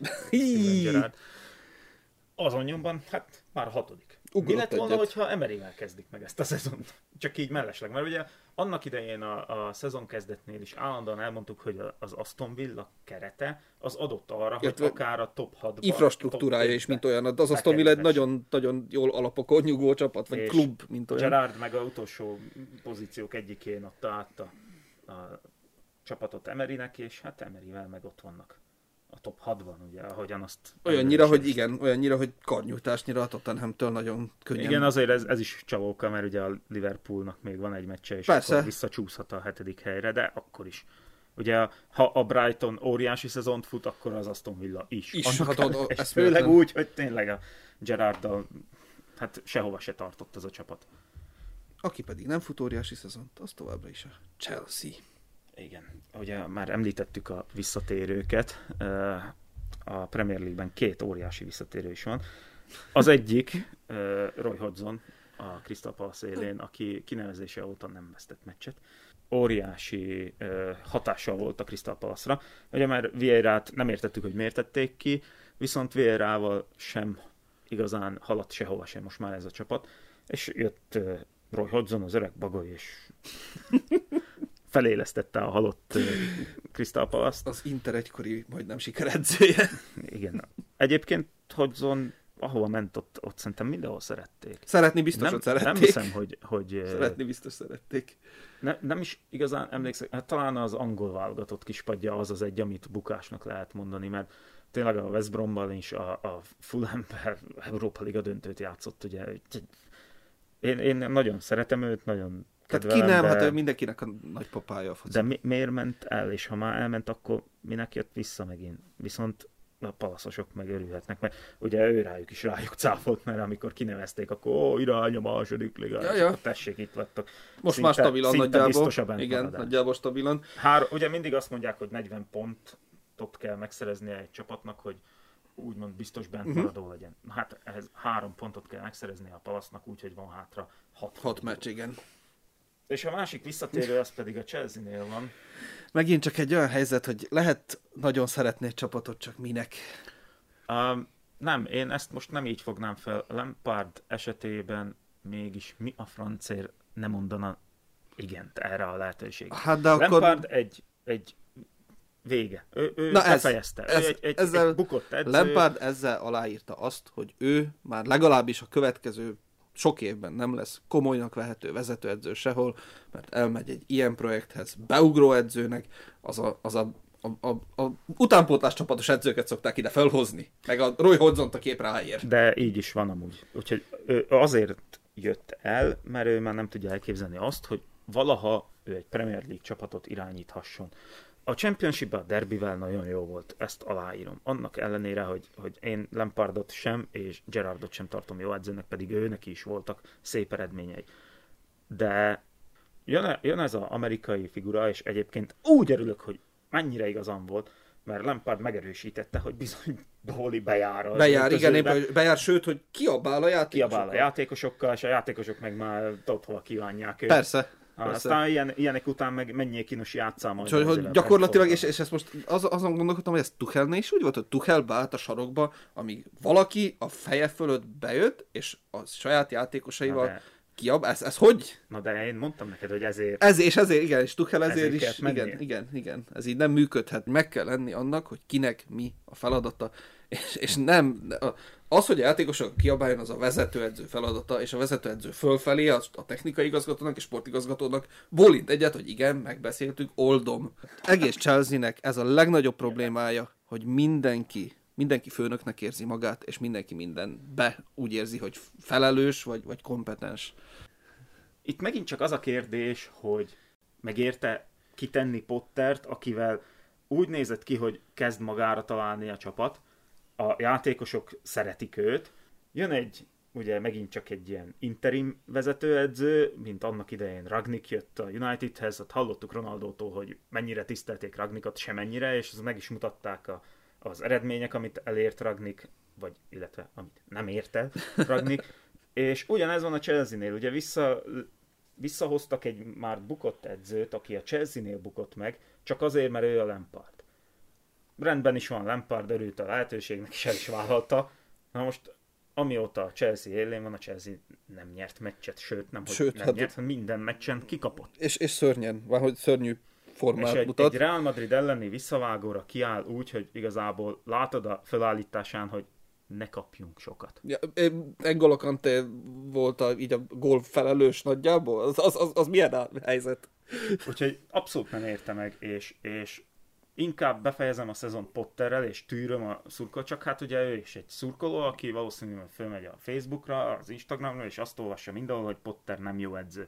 azon nyomban, hát már a hatodik. Ugrott Mi lett volna, egyet. hogyha Emeryvel kezdik meg ezt a szezont? Csak így mellesleg, mert ugye annak idején a, a szezon kezdetnél is állandóan elmondtuk, hogy az Aston Villa kerete az adott arra, Értve, hogy akár a top hatban... Infrastruktúrája is, mint olyan. Az Aston Villa egy nagyon, nagyon jól alapokon nyugvó csapat, vagy klub, mint olyan. Gerrard meg a utolsó pozíciók egyikén adta át a, a csapatot Emerynek, és hát Emeryvel meg ott vannak a top hatban, ugye, ahogyan azt... Olyannyira, hogy igen, olyannyira, hogy karnyújtásnyira a Tottenhamtől nagyon könnyen. Igen, azért ez, ez is csalóka, mert ugye a Liverpoolnak még van egy meccse, és persze. Akkor visszacsúszhat a hetedik helyre, de akkor is. Ugye, ha a Brighton óriási szezont fut, akkor az Aston Villa is. is hát, el, és főleg úgy, hogy tényleg a Gerrarddal hát sehova se tartott az a csapat. Aki pedig nem fut óriási szezont, az továbbra is a Chelsea. Igen, ugye már említettük a visszatérőket, a Premier League-ben két óriási visszatérő is van. Az egyik Roy Hodgson, a Crystal Palace élén, aki kinevezése óta nem vesztett meccset. Óriási hatással volt a Crystal Palace-ra. Ugye már Vieirát nem értettük, hogy miért tették ki, viszont Vieirával sem igazán haladt sehova sem most már ez a csapat. És jött Roy Hodgson, az öreg bagoly, és... felélesztette a halott uh, Crystal Palace-t. Az Inter egykori majdnem sikeredzője. Igen. Egyébként Hodgson, ahova ment, ott, ott szerintem mindenhol szerették. Szeretni biztos, nem, hogy szerették. Nem hiszem, hogy... hogy Szeretni biztos szerették. Ne, nem is igazán emlékszem, hát talán az angol válogatott kispadja az az egy, amit bukásnak lehet mondani, mert tényleg a West Bromban is a, a Fulham-ben Európa Liga döntőt játszott, ugye. Én, én nagyon szeretem őt, nagyon tehát ki nem, de... hát ő mindenkinek a nagypapája a foci. De mi, miért ment el, és ha már elment, akkor minek jött vissza megint? Viszont a palaszosok meg örülhetnek, mert ugye ő rájuk is rájuk cáfolt, mert amikor kinevezték, akkor ó, irány a második ligá, ja, ja. tessék, itt vagytok. Most szinte, már stabilan nagyjából. Igen, maradás. nagyjából stabilan. Hár, ugye mindig azt mondják, hogy negyven pontot kell megszereznie egy csapatnak, hogy úgymond biztos bent uh-huh. maradó legyen. Hát ehhez három pontot kell megszereznie a Palasznak, úgyhogy van hátra hat. Hat meccs, igen. És a másik visszatérő, az pedig a Chelsea-nél van. Megint csak egy olyan helyzet, hogy lehet nagyon szeretni egy csapatot, csak minek? Um, nem, én ezt most nem így fognám fel. Lampard esetében mégis mi a francér nem mondana igent erre a lehetőségre. Hát de Lampard akkor... egy, egy vége. Ő, ő Na befejezte. Ez, ő egy, egy, ezzel egy bukott edző. Lampard ezzel aláírta azt, hogy ő már legalábbis a következő sok évben nem lesz komolynak vehető vezetőedző sehol, mert elmegy egy ilyen projekthez beugró edzőnek, az a, az a, a, a, a utánpótlás csapatos edzőket szokták ide felhozni, meg a Roy Hodgsont a kép ráér. De így is van amúgy. Úgyhogy ő azért jött el, mert ő már nem tudja elképzelni azt, hogy valaha ő egy Premier League csapatot irányíthasson. A Championship-ben a derbivel nagyon jó volt, ezt aláírom. Annak ellenére, hogy, hogy én Lampardot sem, és Gerrardot sem tartom jó edzőnek, pedig őnek is voltak szép eredményei. De jön, jön ez az amerikai figura, és egyébként úgy örülök, hogy mennyire igazam volt, mert Lampard megerősítette, hogy bizony Bowley bejár az Bejár, igen, öltözőbe. éppen, bejár, sőt, hogy kiabál a játékosokkal. Kiabál a játékosokkal, és a játékosok meg már ott hova kívánják őt. Persze. Ah, persze. aztán ilyen, ilyenek után meg mennyi kínos játszál majd. Csak, hogy gyakorlatilag, és, és ezt most az, azon gondolkodtam, hogy ez Tuchelnél is úgy volt, hogy Tuchel beállt a sarokba, amíg valaki a feje fölött bejött, és a saját játékosaival de... kiab, ez, ez hogy? Na de én mondtam neked, hogy ezért... Ez, és ezért, igen, és Tuchel ezért, ezért is, igen, igen, igen, ez így nem működhet. Meg kell lenni annak, hogy kinek mi a feladata, és, és nem, az, hogy a játékosok kiabáljon, az a vezetőedző feladata, és a vezetőedző fölfelé, az a technikai igazgatónak és sportigazgatónak bólint egyet, hogy igen, megbeszéltük, oldom. Egész Chelsea-nek ez a legnagyobb problémája, hogy mindenki, mindenki főnöknek érzi magát, és mindenki mindenbe úgy érzi, hogy felelős, vagy, vagy kompetens. Itt megint csak az a kérdés, hogy megérte kitenni Pottert, akivel úgy nézett ki, hogy kezd magára találni a csapat, a játékosok szeretik őt, jön egy, ugye megint csak egy ilyen interim vezetőedző, mint annak idején Ragnik jött a Unitedhez, ott hallottuk Ronaldótól, hogy mennyire tisztelték Ragnikot, semennyire, és az meg is mutatták a, az eredmények, amit elért Ragnik, vagy illetve amit nem ért el Ragnik, és ugyanez van a Chelsea-nél, ugye vissza, visszahoztak egy már bukott edzőt, aki a Chelsea-nél bukott meg, csak azért, mert ő a Lampard. Rendben is van, Lampard örült a lehetőségnek, és el is vállalta. Na most, amióta a Chelsea élén van, a Chelsea nem nyert meccset, sőt, nem, hogy Sőt, nem hát nyert, hanem minden meccsen kikapott. És, és szörnyen, valahogy szörnyű formát és egy, mutat. egy Real Madrid elleni visszavágóra kiáll úgy, hogy igazából látod a felállításán, hogy ne kapjunk sokat. Ja, N'Golo Kanté volt a, így a gól felelős nagyjából? Az, az, az, az milyen a helyzet? Úgyhogy abszolút nem érte meg, és, és inkább befejezem a szezon Potterrel, és tűröm a szurkolót, csak hát ugye ő is egy szurkoló, aki valószínűleg fölmegy a Facebookra, az Instagramra, és azt olvassa mindenhol, hogy Potter nem jó edző.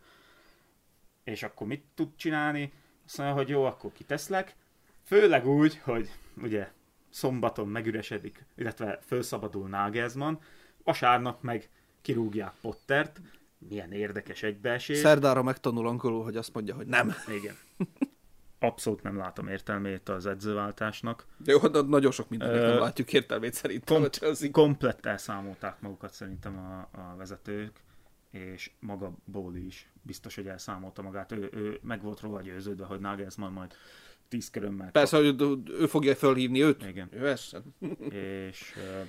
És akkor mit tud csinálni? Azt mondja, hogy jó, akkor kiteszlek. Főleg úgy, hogy ugye szombaton megüresedik, illetve felszabadul Nagelsmann, vasárnap meg kirúgják Pottert. Milyen érdekes egybeesés. Szerdára megtanul angolul, hogy azt mondja, hogy nem. Igen. Abszolút nem látom értelmét az edzőváltásnak. Jó, de nagyon sok mindennek Ö, nem látjuk értelmét szerintem. Kom- a Chelsea. komplett elszámolták magukat szerintem a, a vezetők, és maga Bowley is biztos, hogy elszámolta magát. Ő, ő meg volt róla győződve, hogy Nagelsmann majd tíz körömmel kap. Persze, hogy ő fogja felhívni őt. Igen. Ő ezt. És uh,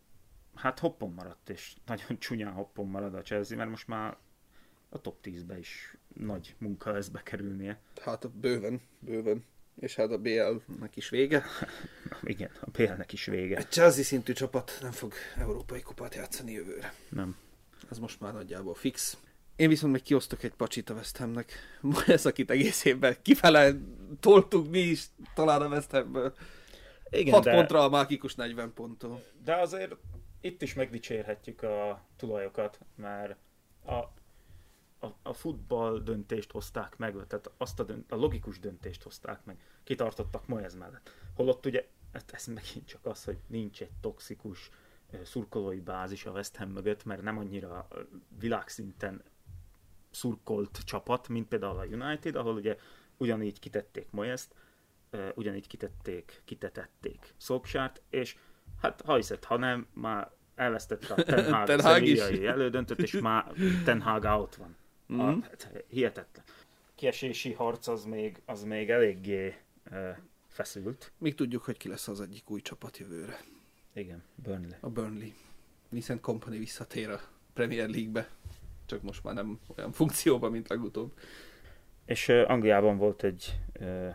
hát hoppon maradt, és nagyon csúnyán hoppon marad a Chelsea, mert most már a top tízbe is nagy munka lesz bekerülnie. Hát bőven, bőven. És hát a bé el-nek is vége. Igen, a bé el-nek is vége. Egy Chelsea szintű csapat nem fog európai kupát játszani jövőre. Nem. Ez most már nagyjából fix. Én viszont még kiosztok egy pacsit a West Hamnek. Ez, akit egész évben kifele toltuk mi is, talán a West Hamből. Igen, hat de, pontra a mágikus negyven ponttól. de azért itt is megdicsérhetjük a tulajokat, mert a, a, a futball döntést hozták meg, tehát azt a, dönt, a logikus döntést hozták meg. Kitartottak Moyes mellett. Holott ugye, ez, ez megint csak az, hogy nincs egy toxikus szurkolói bázis a West Ham mögött, mert nem annyira világszinten szurkolt csapat, mint például a United, ahol ugye ugyanígy kitették Moyest, ugyanígy kitették, kitetették Solskjaert, és hát ha hiszed, ha nem, már elvesztette a Ten Hag Ten Hag is. szevíjai elődöntött, és már Ten Hag out van. Mm-hmm. A, hát, hihetetlen. Kiesési harc az még, az még eléggé uh, feszült. Még tudjuk, hogy ki lesz az egyik új csapat jövőre. Igen, Burnley. A Burnley. Vincent Kompany visszatér a Premier League-be. Csak most már nem olyan funkcióban, mint legutóbb. És uh, Angliában volt egy uh,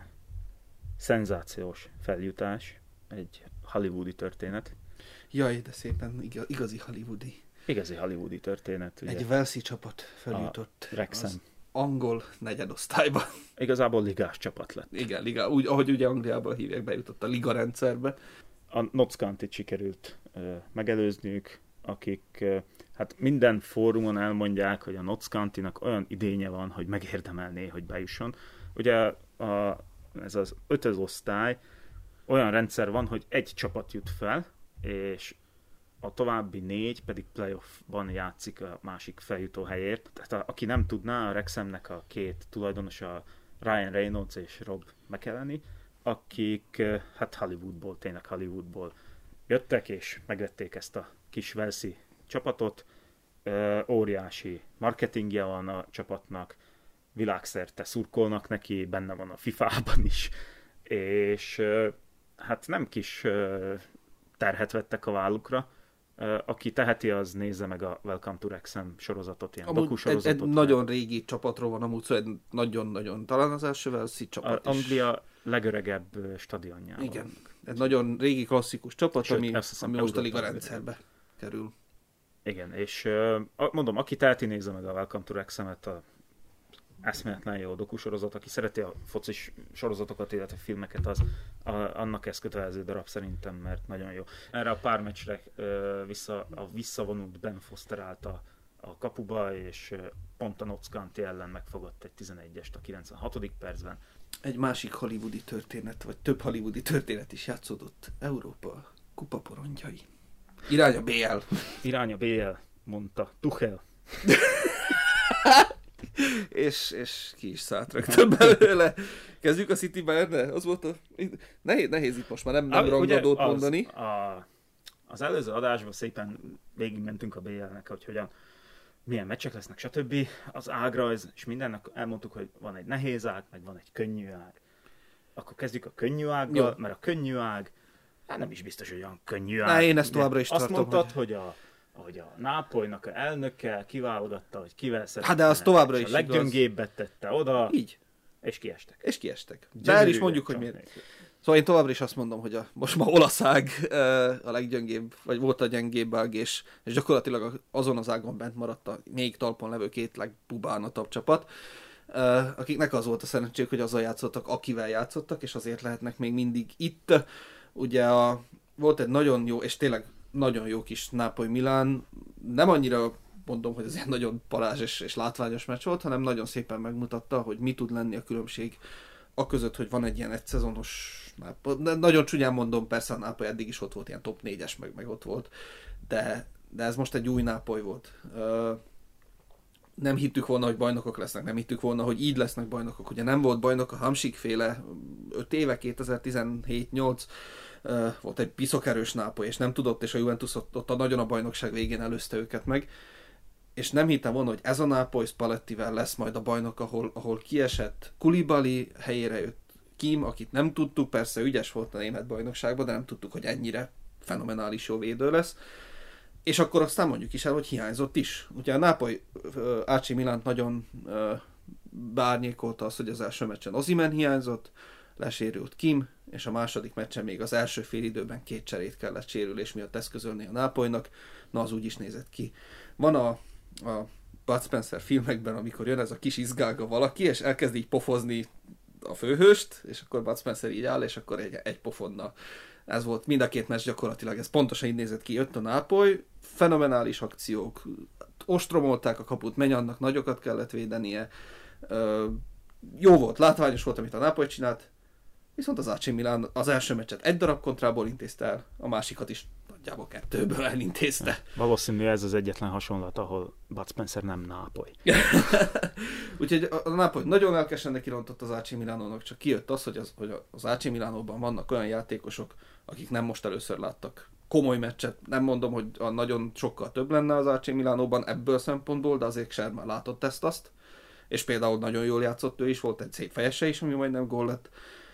szenzációs feljutás, egy hollywoodi történet. Jaj, de szépen igaz, igazi hollywoodi. Igazi hollywoodi történet. Ugye? Egy Walesi csapat feljutott A Wrexham. az angol negyedosztályba. Igazából ligás csapat lett. Igen, liga, úgy, ahogy ugye Angliában hívják, bejutott a liga rendszerbe. A Notts County-t sikerült uh, megelőzniük, akik uh, hát minden fórumon elmondják, hogy a Notts County-nak olyan idénye van, hogy megérdemelné, hogy bejusson. Ugye a, ez az ötödosztály olyan rendszer van, hogy egy csapat jut fel, és a további négy pedig playoffban játszik a másik feljutó helyért. Tehát a, aki nem tudná, a Wrexhamnek a két tulajdonosa, Ryan Reynolds és Rob McElhenney, akik hát Hollywoodból, tényleg Hollywoodból jöttek, és megvették ezt a kis Walesi csapatot. Óriási marketingje van a csapatnak, világszerte szurkolnak neki, benne van a fifában is, és hát nem kis terhet vettek a vállukra. Aki teheti, az nézze meg a Welcome to Wrexham sorozatot, ilyen dokusorozatot. Egy, egy nagyon régi csapatról van amúgy, szóval egy nagyon-nagyon, talán az első Walesi csapat is. Anglia legöregebb stadionjában. Igen, egy nagyon régi klasszikus csapat, Sőt, ami, ami most a liga Európa rendszerbe kerül. Igen, és mondom, aki teheti, nézze meg a Welcome to Wrexham-et, a eszméletlen jó dokusorozat, aki szereti a focis sorozatokat, illetve filmeket, az a, annak ez kötelező darab szerintem, mert nagyon jó. Erre a pár meccsre uh, vissza, a visszavonult Ben Foster állt a, a kapuba, és uh, pont a Notts County ellen megfogott egy tizenegyest a kilencvenhatodik percben. Egy másik hollywoodi történet, vagy több hollywoodi történet is játszódott. Európa kupaporondjai. Irány a bé el. Irány a bé el, mondta Tuchel. és, és ki is szállt rögtön belőle. Kezdjük a City Bayern-re? Az volt a... Nehéz, nehéz itt most már nem, nem rangadót az, mondani. A, az előző adásban szépen végigmentünk a bé el-nek, hogy hogyan, milyen meccsek lesznek, stb. Az ágrajz, és mindennek elmondtuk, hogy van egy nehéz ág, meg van egy könnyű ág. Akkor kezdjük a könnyű ággal, jó. Mert a könnyű ág, hát nem is biztos, hogy olyan könnyű ág. Ne, én ezt továbbra is azt tartom. Azt mondtad, hogy, hogy a hogy a Nápolynak a elnöke kiválogatta, hogy kivel szeretne. Hát de az továbbra is a leggyöngébbet tette oda. Így. És kiestek. És kiestek. De el is mondjuk, hogy miért. Szóval én továbbra is azt mondom, hogy a, most ma olaszág a leggyöngébb, vagy volt a gyengébb ág, és, és gyakorlatilag azon az ágon bent maradt a még talpon levő két legbubánatabb csapat, akiknek az volt a szerencsék, hogy azzal játszottak, akivel játszottak, és azért lehetnek még mindig itt. Ugye a, volt egy nagyon jó, és tényleg nagyon jó kis Nápoly-Milán, nem annyira mondom, hogy ez egy nagyon parázs és, és látványos meccs volt, hanem nagyon szépen megmutatta, hogy mi tud lenni a különbség a között, hogy van egy ilyen egyszezonos Nápoly. Nagyon csúnyán mondom, persze a Nápoly eddig is ott volt, ilyen top négyes, meg, meg ott volt, de, de ez most egy új Nápoly volt. Nem hittük volna, hogy bajnokok lesznek, nem hittük volna, hogy így lesznek bajnokok. Ugye nem volt bajnok a Hamsik féle öt éve, kétezer-tizenhét nyolc, Uh, volt egy piszok erős Nápoly, és nem tudott, és a Juventus ott, ott a nagyon a bajnokság végén előzte őket meg. És nem hittem volna, hogy ez a Nápoly Spallettivel lesz majd a bajnok, ahol, ahol kiesett Koulibaly, helyére jött Kim, akit nem tudtuk, persze ügyes volt a német bajnokságban, de nem tudtuk, hogy ennyire fenomenális jó védő lesz. És akkor aztán mondjuk is el, hogy hiányzott is. Ugye a Nápoly uh, á cé Milánt nagyon uh, beárnyékolta az, hogy az első meccsen Osimhen hiányzott, lesérült Kim, és a második meccsen még az első fél időben két cserét kellett sérülés miatt eszközölni a Nápolynak. Na, az úgy is nézett ki. Van a, a Bud Spencer filmekben, amikor jön ez a kis izgága valaki, és elkezd így pofozni a főhőst, és akkor Bud Spencer így áll, és akkor egy, egy pofonnal. Ez volt mind a két meccs gyakorlatilag, ez pontosan így nézett ki. Jött a Nápoly, fenomenális akciók, ostromolták a kaput, Menyannak nagyokat kellett védenie. Ö, jó volt, látványos volt, amit a Nápoly csinált, viszont az á cé Milán az első meccset egy darab kontrából intézte el, a másikat is nagyjából kettőből elintézte. Valószínű ez az egyetlen hasonlat, ahol Bud Spencer nem Nápoly. Úgyhogy a, a Nápoly nagyon lelkesen nekirontott az á cé Milánónak, csak kijött az, hogy az, hogy az á cé Milánóban vannak olyan játékosok, akik nem most először láttak komoly meccset. Nem mondom, hogy a nagyon sokkal több lenne az á cé Milánóban ebből szempontból, de azért sem már látott ezt-azt. És például nagyon jól játszott ő is, volt egy szép fejese is, ami majdnem gól lett.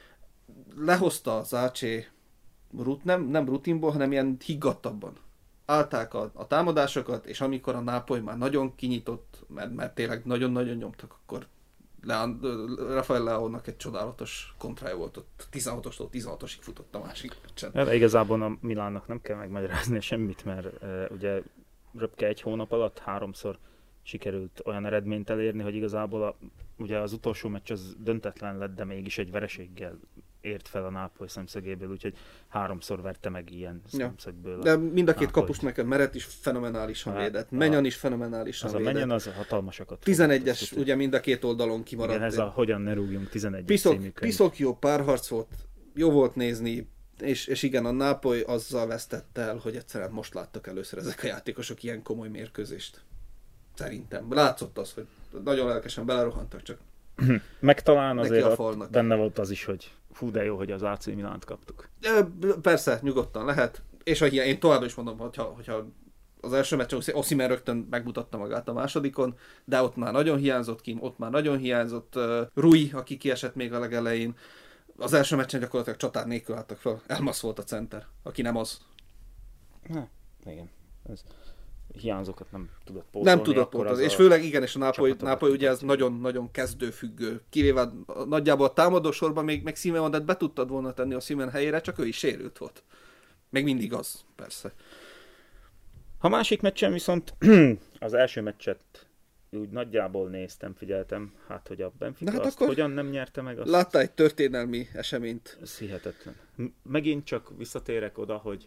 Lehozta az á cé rut, nem, nem rutinból, hanem ilyen higgadtabban. Állták a, a támadásokat, és amikor a Nápoly már nagyon kinyitott, mert, mert tényleg nagyon-nagyon nyomtak, akkor Leand, Rafael Leónak egy csodálatos kontrája volt, ott tizenhatostól tizenhatosig futott a másik meccsen. De igazából a Milánnak nem kell megmagyarázni semmit, mert uh, ugye röpke egy hónap alatt háromszor sikerült olyan eredményt elérni, hogy igazából a, ugye az utolsó meccs az döntetlen lett, de mégis egy vereséggel ért fel a Nápoly szemszögéből, úgyhogy háromszor verte meg ilyen ja. szemszögből. De mind a két Nápoly. Kapus neked Meret is fenomenálisan hát, védett, Menyan is fenomenálisan az védett. Az a Menyan az a hatalmasakat. tizenegyes, ugye mind a két oldalon kimaradt. Igen, ez a hogyan ne rúgjunk tizenegyes piszok, című könyv. Piszok jó párharc volt, jó volt nézni, és, és igen, a Nápoly azzal vesztette el, hogy egyszerűen most láttak először ezek a játékosok ilyen komoly mérkőzést. Szerintem. Látszott az, hogy nagyon lelkesen belerohantak, csak Meg talán neki azért a ott falnak. benne volt az is, hogy hú de jó, hogy az á cé Milánt kaptuk. Ö, Persze, nyugodtan lehet. És a hiány, én továbbra is mondom, hogyha, hogyha az első meccsen Osimhen rögtön megmutatta magát a másodikon, de ott már nagyon hiányzott Kim, ott már nagyon hiányzott uh, Rui, aki kiesett még a legelején. Az első meccsen gyakorlatilag csatár nélkül álltak fel. Elmasz volt a center, aki nem az. Na, igen. Ez hiányzókat nem tudott pótolni. Nem tudott pótolni, és főleg igen, és a Nápoly, Nápoly ugye ez nagyon-nagyon kezdőfüggő. Kivéve nagyjából a támadósorban még, még Simeonet be tudtad volna tenni a Osimhen helyére, csak ő is sérült volt. Még mindig az, persze. Ha másik meccsen viszont az első meccset úgy nagyjából néztem, figyeltem, hát hogy a Benfica hát azt hogyan nem nyerte meg azt. Látta egy történelmi eseményt. Ez hihetetlen. Megint csak visszatérek oda, hogy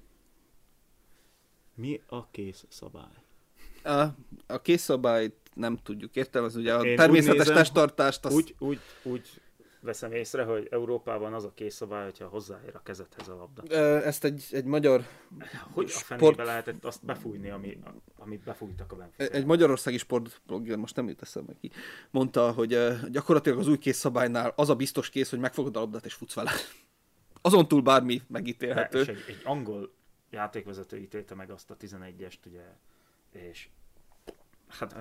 mi a kész szabály? A, a kész szabályt nem tudjuk értelmezni, ugye a Én természetes nézem, testtartást azt... Úgy, úgy, úgy veszem észre, hogy Európában az a kész szabály, hogyha hozzáér a kezedhez a labda. Ezt egy, egy magyar... Hogy a fenébe sport... lehetett azt befújni, ami, amit befújtak a Benfica? Egy magyarországi sportblogger, most nem jut eszembe ki, mondta, hogy gyakorlatilag az új kész szabálynál az a biztos kész, hogy megfogod a labdát és futsz vele. Azon túl bármi megítélhető. És egy, egy angol játékvezető ítélte meg azt a tizenegyest, ugye, és hát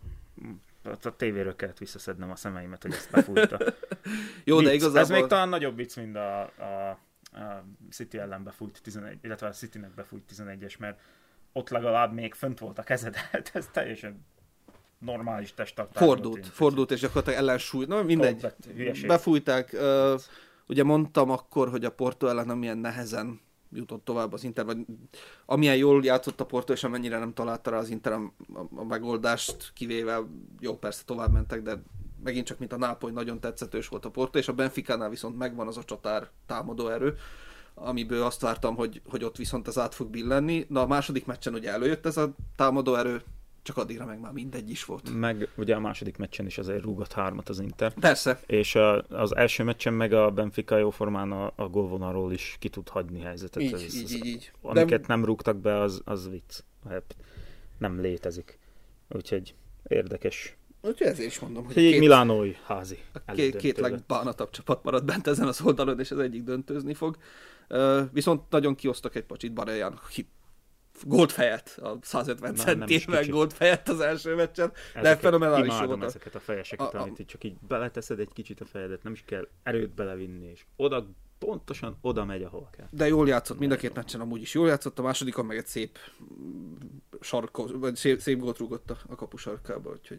a tévéről kellett visszaszednem a szemeimet, hogy ezt befújta. Jó, vicc. de igazából... Ez még talán nagyobb vicc, mint a, a, a City ellen befújt tizenegy, illetve a Citynek befújt tizenegyes, mert ott legalább még fönt volt a kezedet, ez teljesen normális testtartás. Fordult, tűnt, fordult, és gyakorlatilag ellensúly, na mindegy, befújták. Uh, ugye mondtam akkor, hogy a Porto ellen nem ilyen nehezen jutott tovább az Inter, vagy amilyen jól játszott a Porto, és amennyire nem találta rá az Inter a, a, a megoldást, kivéve, jó, persze tovább mentek, de megint csak mint a Nápoly nagyon tetszetős volt a Porto, és a Benficánál viszont megvan az a csatár támadó erő, amiből azt vártam, hogy, hogy ott viszont ez át fog billenni. Na a második meccsen ugye előjött ez a támadó erő, csak addigra meg már mindegy is volt. Meg ugye a második meccsen is azért rúgott hármat az Inter. Persze. És a, az első meccsen meg a Benfica jóformán a, a gólvonalról is ki tud hagyni helyzetet. Így, ez, így, az, így, így. Amiket De... nem rúgtak be, az, az vicc. Nem létezik. Úgyhogy érdekes. Úgyhogy ezért is mondom, hogy két, egy milánói házi. Két, két legbánatabb csapat maradt bent ezen az oldalon, és az egyik döntőzni fog. Uh, viszont nagyon kiosztak egy pacsit Barellán, aki gólt fejet, a százötven centével gólt fejet az első meccsen, de fenomenális volt. Imádom ezeket a fejeseket, a, a... amit csak így beleteszed egy kicsit a fejedet, nem is kell erőt belevinni, és oda, pontosan oda megy, ahol kell. De jól játszott, mind a két meccsen amúgy is jól játszott, a másodikon meg egy szép sarkó, vagy szép, szép gólt rúgott a, a kapu sarkába, úgyhogy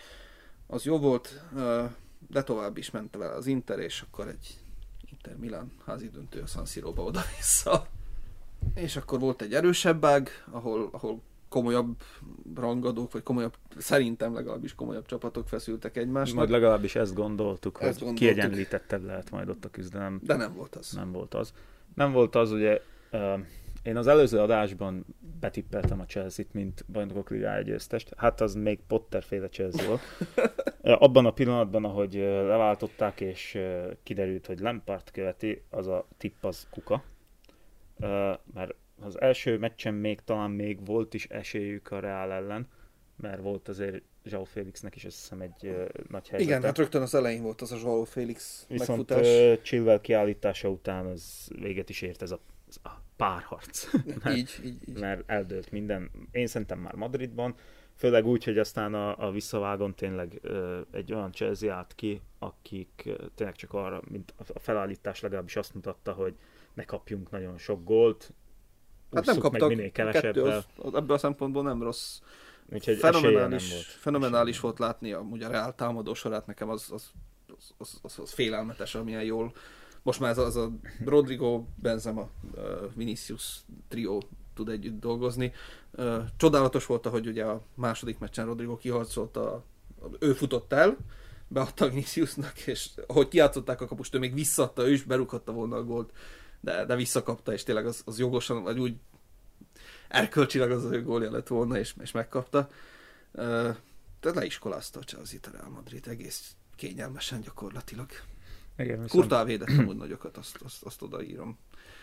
az jó volt, de tovább is ment vele az Inter, és akkor egy Inter Milan házi döntő a San Siróba oda-vissza. És akkor volt egy erősebb ág, ahol, ahol komolyabb rangadók, vagy komolyabb, szerintem legalábbis komolyabb csapatok feszültek egymásnak. Majd legalábbis ezt gondoltuk, ezt hogy gondoltuk. Kiegyenlítettebb lehet majd ott a küzdelem. De nem volt az. Nem volt az. Nem volt az, ugye, uh, én az előző adásban betippeltem a Chelsea-t, mint bajnokok ligája győztest. Hát az még Potter-féle Chelsea volt. Abban a pillanatban, ahogy leváltották, és kiderült, hogy Lampard követi, az a tipp az kuka. Uh, mert az első meccsen még talán még volt is esélyük a Real ellen, mert volt azért João Félixnek is azt hiszem egy uh, nagy helyzete. Igen, hát rögtön az elején volt az a João Félix viszont megfutás. Viszont uh, Chilwell kiállítása után az véget is ért ez a, a párharc. mert, így, így, így. Mert eldőlt minden. Én szerintem már Madridban, főleg úgy, hogy aztán a, a visszavágon tényleg uh, egy olyan Chelsea állt ki, akik uh, tényleg csak arra, mint a felállítás legalábbis azt mutatta, hogy ne kapjunk nagyon sok gólt, hát nem kaptak, meg minél kevesebbel. Az, az, ebből a szempontból nem rossz. Úgyhogy fenomenális, nem volt. fenomenális volt látni amúgy a Real támadó sorát, nekem az, az, az, az, az, az félelmetes, amilyen jól. Most már ez a, az a Rodrigo, Benzema, uh, Vinicius trió tud együtt dolgozni. Uh, csodálatos volt, hogy ugye a második meccsen Rodrigo kiharcolta, ő futott el, beadta Viniciusnak, és ahogy kiátszották a kapust, ő még visszadta, ő is berúghatta volna a gólt, de, de visszakapta, és tényleg az, az jogosan, vagy úgy erkölcsileg az az ő gólja lett volna, és, és megkapta. Uh, tehát leiskolázta a Chelsea-t a Real Madrid egész kényelmesen gyakorlatilag. Viszont... Kurtál védettem úgy nagyokat, azt, azt, azt odaírom.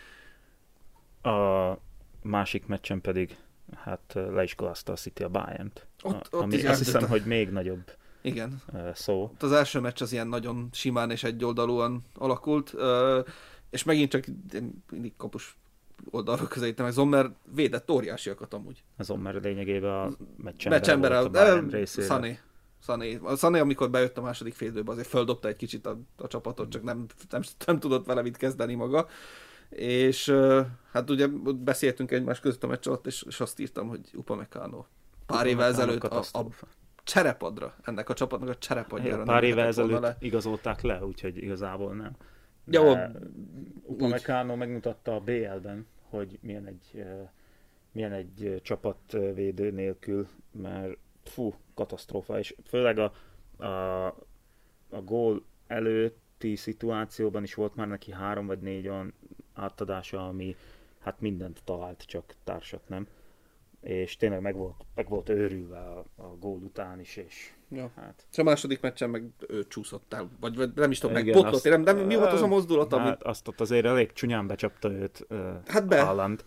A másik meccsen pedig hát leiskolázta a City a Bayernt. Ott, a, ott ami azt hiszem, hogy még nagyobb Igen. szó. Az első meccs az ilyen nagyon simán és egyoldalúan alakult, és megint csak mindig kapus oldalról közelítem, meg Sommer védett óriásiakat amúgy. A Sommer lényegében a meccsember volt a Bayern részéről. Sané. Sané. A Sané, amikor bejött a második félidőbe, azért földobta egy kicsit a, a csapatot, csak nem, nem, nem tudott vele mit kezdeni maga. És hát ugye beszéltünk egymás között a meccs alatt, és, és azt írtam, hogy Upamecano pár évvel ezelőtt a, a cserepadra, ennek a csapatnak a cserepadjára. Pár évvel ezelőtt le. igazolták le, úgyhogy igazából nem. Jó, Upamecano megmutatta a bé el-ben, hogy milyen egy, milyen egy csapatvédő nélkül, mert fú, katasztrófa, és főleg a, a, a gól előtti szituációban is volt már neki három vagy négy olyan átadása, ami hát mindent talált, csak társat nem. És tényleg meg volt, meg volt őrülve a, a gól után is, és ja. hát... És a második meccsen meg ő csúszott el, vagy, vagy nem is tudom, meg botlott, nem, nem, mi volt az a mozdulat, hát, ami... azt ott azért elég csúnyán becsapta őt hát be. Haaland,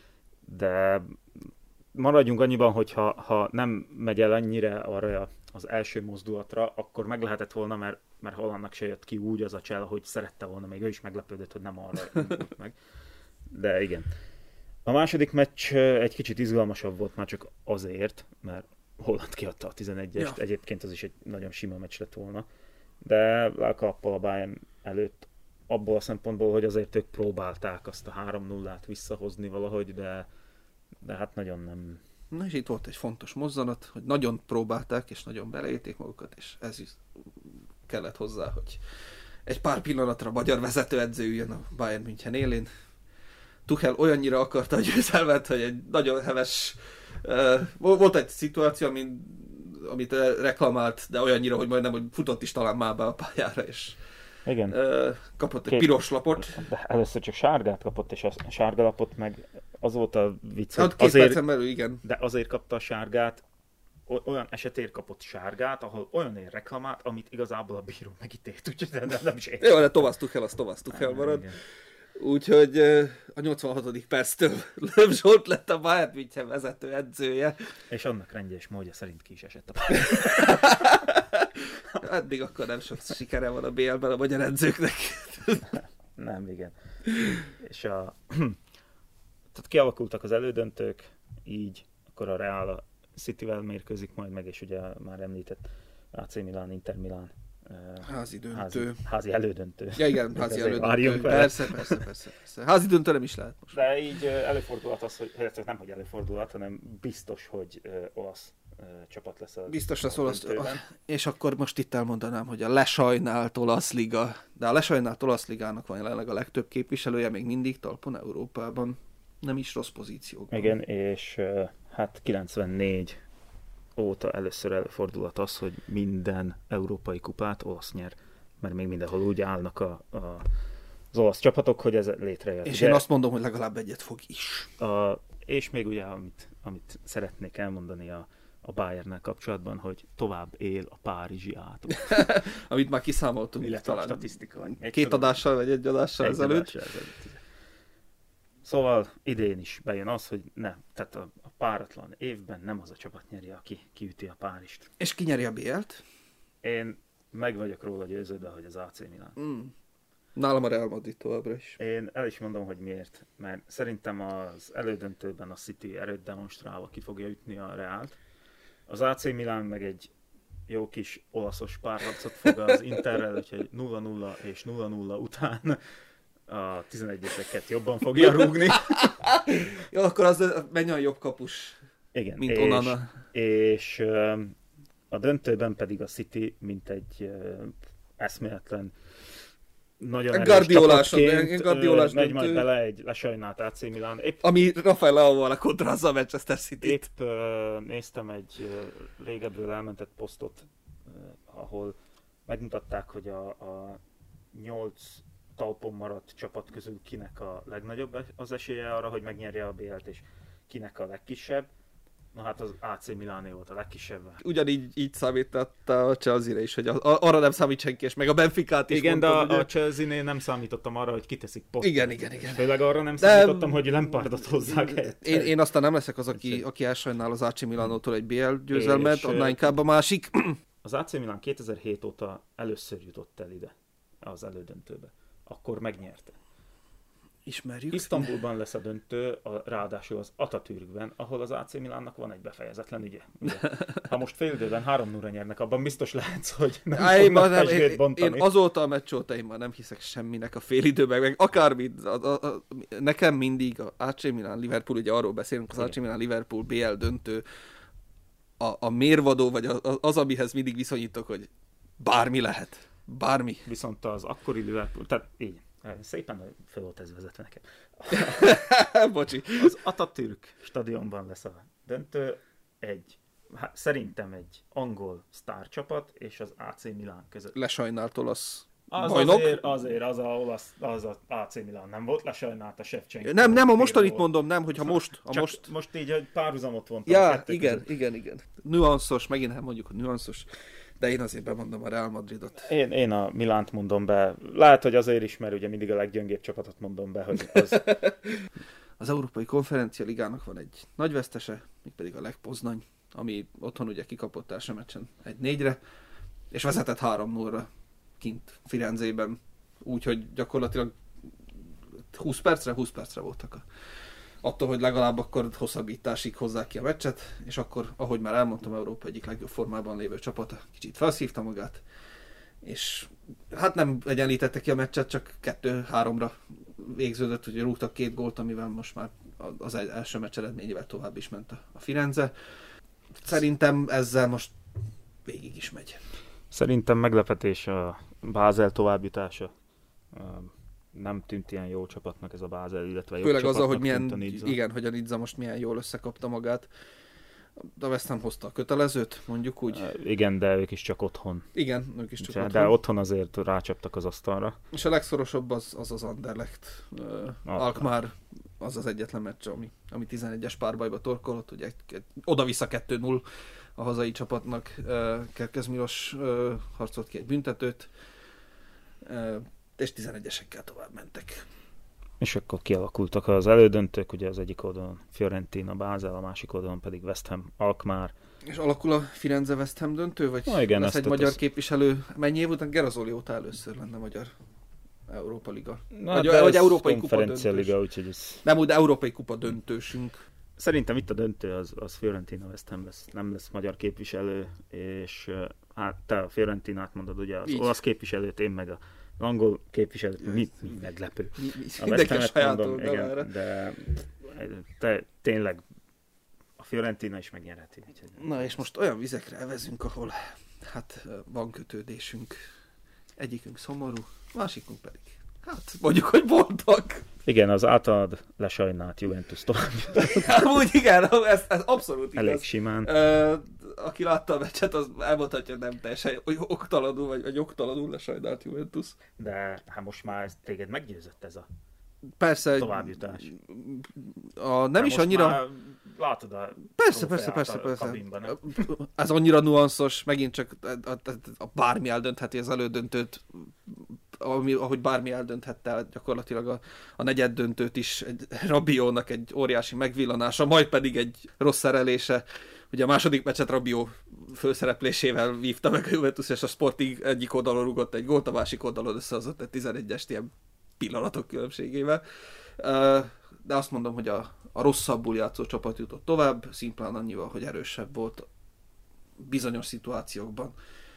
de maradjunk annyiban, hogy ha, ha nem megy el ennyire arra az első mozdulatra, akkor meg lehetett volna, mert, mert Haalandnak se jött ki úgy az a csel, hogy szerette volna, még ő is meglepődött, hogy nem arra indult meg. De igen. A második meccs egy kicsit izgalmasabb volt már csak azért, mert Haaland kiadta a tizenegyest, ja. Egyébként az is egy nagyon sima meccs lett volna. De lelkappal a Bayern előtt abból a szempontból, hogy azért ők próbálták azt a három nullát visszahozni valahogy, de, de hát nagyon nem... Na és itt volt egy fontos mozzanat, hogy nagyon próbálták, és nagyon beleélték magukat, és ez is kellett hozzá, hogy egy pár pillanatra magyar vezetőedző üljön a Bayern München élén. Tuchel olyannyira akarta a győzelmet, hogy egy nagyon heves... Uh, volt egy szituáció, amit, amit reklamált, de olyannyira, hogy majdnem, hogy futott is talán már be a pályára, és igen. Uh, kapott egy Két, piros lapot. De először csak sárgát kapott, és a sárga lapot meg az volt a vicc, hát két azért, percen belül, igen. De azért kapta a sárgát, olyan esetért kapott sárgát, ahol olyanért reklamált, amit igazából a bíró megítélt, úgyhogy nem, nem is értem. Jó, de Thomas Tuchel, az Thomas Tuchel marad. Igen. Úgyhogy a nyolcvanhatodik perctől Löw Zsolt lett a Bayern München vezető edzője. És annak rendje és módja szerint ki is esett a pályára. Eddig akkor nem sok sikere van a bé el-ben a magyar edzőknek. Nem, igen. És a... Tehát kialakultak az elődöntők, így, akkor a Real a Cityvel mérkőzik majd meg, és ugye már említett á cé Milán, Inter Milán. Házi döntő. Házi, házi elődöntő. Ja igen, házi elődöntő. Persze, persze, persze, persze. Házi döntő nem is lehet most. De így előfordulhat az, hogy nem, hogy előfordulhat, hanem biztos, hogy olasz csapat lesz a biztos lesz olasz. És akkor most itt elmondanám, hogy a lesajnált olasz liga, de a lesajnált olasz ligának van jelenleg a legtöbb képviselője még mindig talpon Európában. Nem is rossz pozícióban. Igen, és hát kilencvennégy óta először előfordulhat az, hogy minden európai kupát olasz nyer, mert még mindenhol úgy állnak a, a, az olasz csapatok, hogy ez létrejött. És de, én azt mondom, hogy legalább egyet fog is. A, és még ugye, amit, amit szeretnék elmondani a, a Bayernnel kapcsolatban, hogy tovább él a párizsi átó. Amit már kiszámoltunk. Illetve talán statisztika. Két adással, vagy egy adással ezelőtt. Szóval idén is bejön az, hogy nem, tehát a, a páratlan évben nem az a csapat nyeri, aki kiüti a Párizst. És ki nyeri a bé el-t? Én meg vagyok róla győződve, hogy az á cé Milán. Mm. Nálam a Real Madrid továbbra is. Én el is mondom, hogy miért. Mert szerintem az elődöntőben a City erőt demonstrálva ki fogja ütni a Reált. Az á cé Milán meg egy jó kis olaszos párharcot fog az Interrel, úgyhogy nulla nulla és nulla nulla után a tizenegyeseket jobban fogja rúgni. Jó, akkor az menj a jobb kapus, igen, mint és, Onana. És a döntőben pedig a City, mint egy eszméletlen, nagyon erős csapatként megy majd bele egy lesajnált á cé Milán. Épp, ami Rafael Leao-val kontra az a Manchester City-t. Épp uh, néztem egy uh, régebről elmentett posztot, uh, ahol megmutatták, hogy a, a nyolc talpon maradt csapat közül kinek a legnagyobb az esélye arra, hogy megnyerje a bé el-t, és kinek a legkisebb. Na hát az á cé Miláné volt a legkisebb. Ugyanígy így számította a Chelsea-re is, hogy a, a, arra nem számít senki, és meg a Benficát is. Igen, mondtad, de a, a Chelsea-nél nem számítottam arra, hogy kiteszik posztot. Igen, igen, igen. Főleg arra nem de... számítottam, hogy Lampardot hozzák helyett. Én, én aztán nem leszek az, aki, aki elsajnál az á cé Milánótól egy bé el győzelmet, és... annál inkább a másik Az á cé Milan kétezer-hét óta először jutott el ide, az elődöntőbe. Akkor megnyerte. Ismerjük. Isztambulban lesz a döntő, a, ráadásul az Atatürkben, ahol az á cé Milánnak van egy befejezetlen ügye. Ugye? Ha most fél időben három nulla nyernek, abban biztos lehetsz, hogy nem Á, fognak nem, pesgőt én, bontani. én azóta a meccs óta én már nem hiszek semminek a fél időben, meg akármit. A, a, a, nekem mindig a á cé Milan Liverpool, ugye arról beszélünk, az á cé Milan Liverpool bé el döntő, a, a mérvadó, vagy a, a, az, amihez mindig viszonyítok, hogy bármi lehet. Bármi. Viszont az akkori Liverpool, tehát így, szépen fel volt ez vezetve nekem. Bocsi. Az Atatürk stadionban lesz a döntő, egy, hát szerintem egy angol sztárcsapat és az á cé Milan között. Lesajnált olasz Az bajnok. azért, azért az, a olasz, az a á cé Milan nem volt lesajnált a Shevchenko. Nem, nem, a mostanit mondom, nem, hogyha most. A Csak most... most így egy párhuzamot vontam. Ja, igen, igen, igen. Nüanszos, megint hát mondjuk, hogy nüanszos. De én azért bemondom a Real Madridot. Én, én a Milánt mondom be. Lehet, hogy azért is, mert ugye mindig a leggyöngébb csapatot mondom be, hogy az... Az Európai Konferencia Ligának van egy nagy vesztese, mégpedig a Lech Poznań, ami otthon ugye kikapott első meccsen egy négyre, és vezetett három nullra kint Firenzében, úgyhogy gyakorlatilag húsz percre, húsz percre voltak a attól, hogy legalább akkor hosszabbításig hozzák ki a meccset, és akkor, ahogy már elmondtam, Európa egyik legjobb formában lévő csapata kicsit felszívta magát, és hát nem egyenlítette ki a meccset, csak kettő-háromra végződött, hogy rúgtak két gólt, amivel most már az első meccs eredményével tovább is ment a Firenze. Szerintem ezzel most végig is megy. Szerintem meglepetés a Basel továbbjutása. Nem tűnt ilyen jó csapatnak ez a Basel, illetve jó főleg csapatnak azzal, hogy milyen, a Nizza. igen, hogy a Nizza most milyen jól összekapta magát. De West Ham hozta a kötelezőt, mondjuk úgy. Uh, igen, de ők is csak otthon. Igen, ők is csak de, otthon. De otthon azért rácsaptak az asztalra. És a legszorosabb az az, az Anderlecht. Uh, Alkmaar az az egyetlen meccs, ami, ami tizenegyes párbajba torkolott, ugye oda-vissza kettő null a hazai csapatnak. Uh, Kerkez Milos uh, harcolt ki egy büntetőt, uh, és tizenegyesekkel tovább mentek. És akkor kialakultak az elődöntők, ugye az egyik oldalon Fiorentina, Basel, a másik oldalon pedig West Ham, Alkmaar. És alakul a Firenze West Ham döntő, vagy Na igen, lesz egy ezt magyar az... képviselő? Mennyi év után? Gerazoli óta először lenne magyar Európa Liga. Na, vagy, vagy vagy Európai Kupa Konferencia döntős. Liga, úgyhogy ez... Nem, úgy, de Európai Kupa döntősünk. Szerintem itt a döntő az, az Fiorentina, West Ham lesz. Nem lesz magyar képviselő, és hát te a Fiorentinát mondod, ugye az Így. olasz képviselőt, én meg a angol képviselőt, mi, mi meglepő. Mi, mi, a West Hamet mondom, igen, de te, tényleg a Fiorentina is megnyerheti. Na és most olyan vizekre evezünk, ahol hát van kötődésünk. Egyikünk szomorú, másikunk pedig hát mondjuk, hogy boldog. Igen, az általad lesajnált Juventus tovább. Úgy igen, ez, ez abszolút igaz. Elég simán. Uh, aki látta a meccset, az elmondhatja, hogy nem teljesen oktalanul, vagy, vagy oktalanul lesajnált Juventus. De hát most már téged meggyőzött ez a persze, továbbjutás. A, nem is annyira... Már látod a persze, persze, persze, a persze. kabinban, ez annyira nuanszos, megint csak a, a, a bármi eldöntheti az elődöntőt, ami, ahogy bármi eldönthette gyakorlatilag a, a negyed döntőt is egy Rabiónak egy óriási megvillanása, majd pedig egy rossz szerelése. Ugye a második meccset Rabió főszereplésével vívta meg a Juventus, és a Sporting egyik oldalon rugott egy gólt, a másik oldalon összehozott egy tizenegyest ilyen pillanatok különbségével. De azt mondom, hogy a, a rosszabbul játszó csapat jutott tovább, szimplán annyival, hogy erősebb volt bizonyos szituációkban.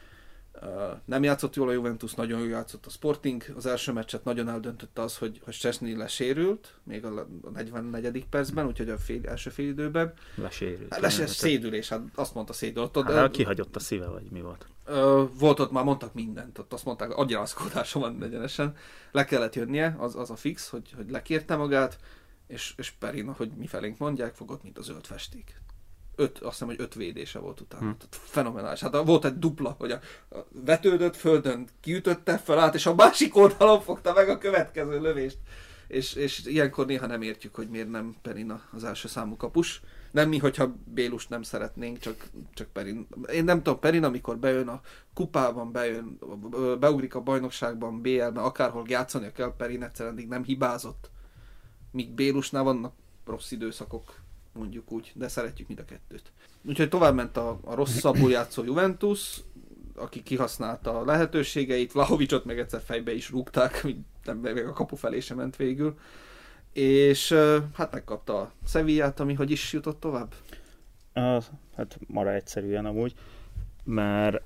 Nem játszott jól a Juventus, nagyon jól játszott a Sporting. Az első meccset nagyon eldöntötte az, hogy, hogy Szczesny lesérült, még a negyvennegyedik percben, úgyhogy a fél, első fél időben. Lesérült. Lesérült, szédülés, hát azt mondta szédült. Hát, hát kihagyott a szíve, vagy mi volt? Volt ott, már mondtak mindent, ott azt mondták, agyarázkodása van egyenesen. Le kellett jönnie, az, az a fix, hogy, hogy lekérte magát, és, és Perina, hogy mifelénk mondják, fogott, mint a zöld festék. Öt, azt hiszem, hogy öt védése volt utána. Hmm. Fenomenális. Hát volt egy dupla, hogy a, a vetődött földön kiütötte fel át, és a másik oldalon fogta meg a következő lövést. És, és ilyenkor néha nem értjük, hogy miért nem Perina az első számú kapus. Nem mi, hogyha Bélust nem szeretnénk, csak, csak Perin. Én nem tudom, Perin, amikor bejön a kupában, bejön, beugrik a bajnokságban, bé el-ben, akárhol játszania kell, Perin egyszerűen eddig nem hibázott. Míg Bélusnál vannak rossz időszakok, mondjuk úgy, de szeretjük mind a kettőt. Úgyhogy tovább ment a, a rosszabbul játszó Juventus, aki kihasználta a lehetőségeit, Vlahovicsot meg egyszer fejbe is rúgták, nem, meg a kapu felé sem ment végül. És hát megkapta a Sevillát, ami hogy is jutott tovább? Uh, hát mara egyszerűen amúgy, mert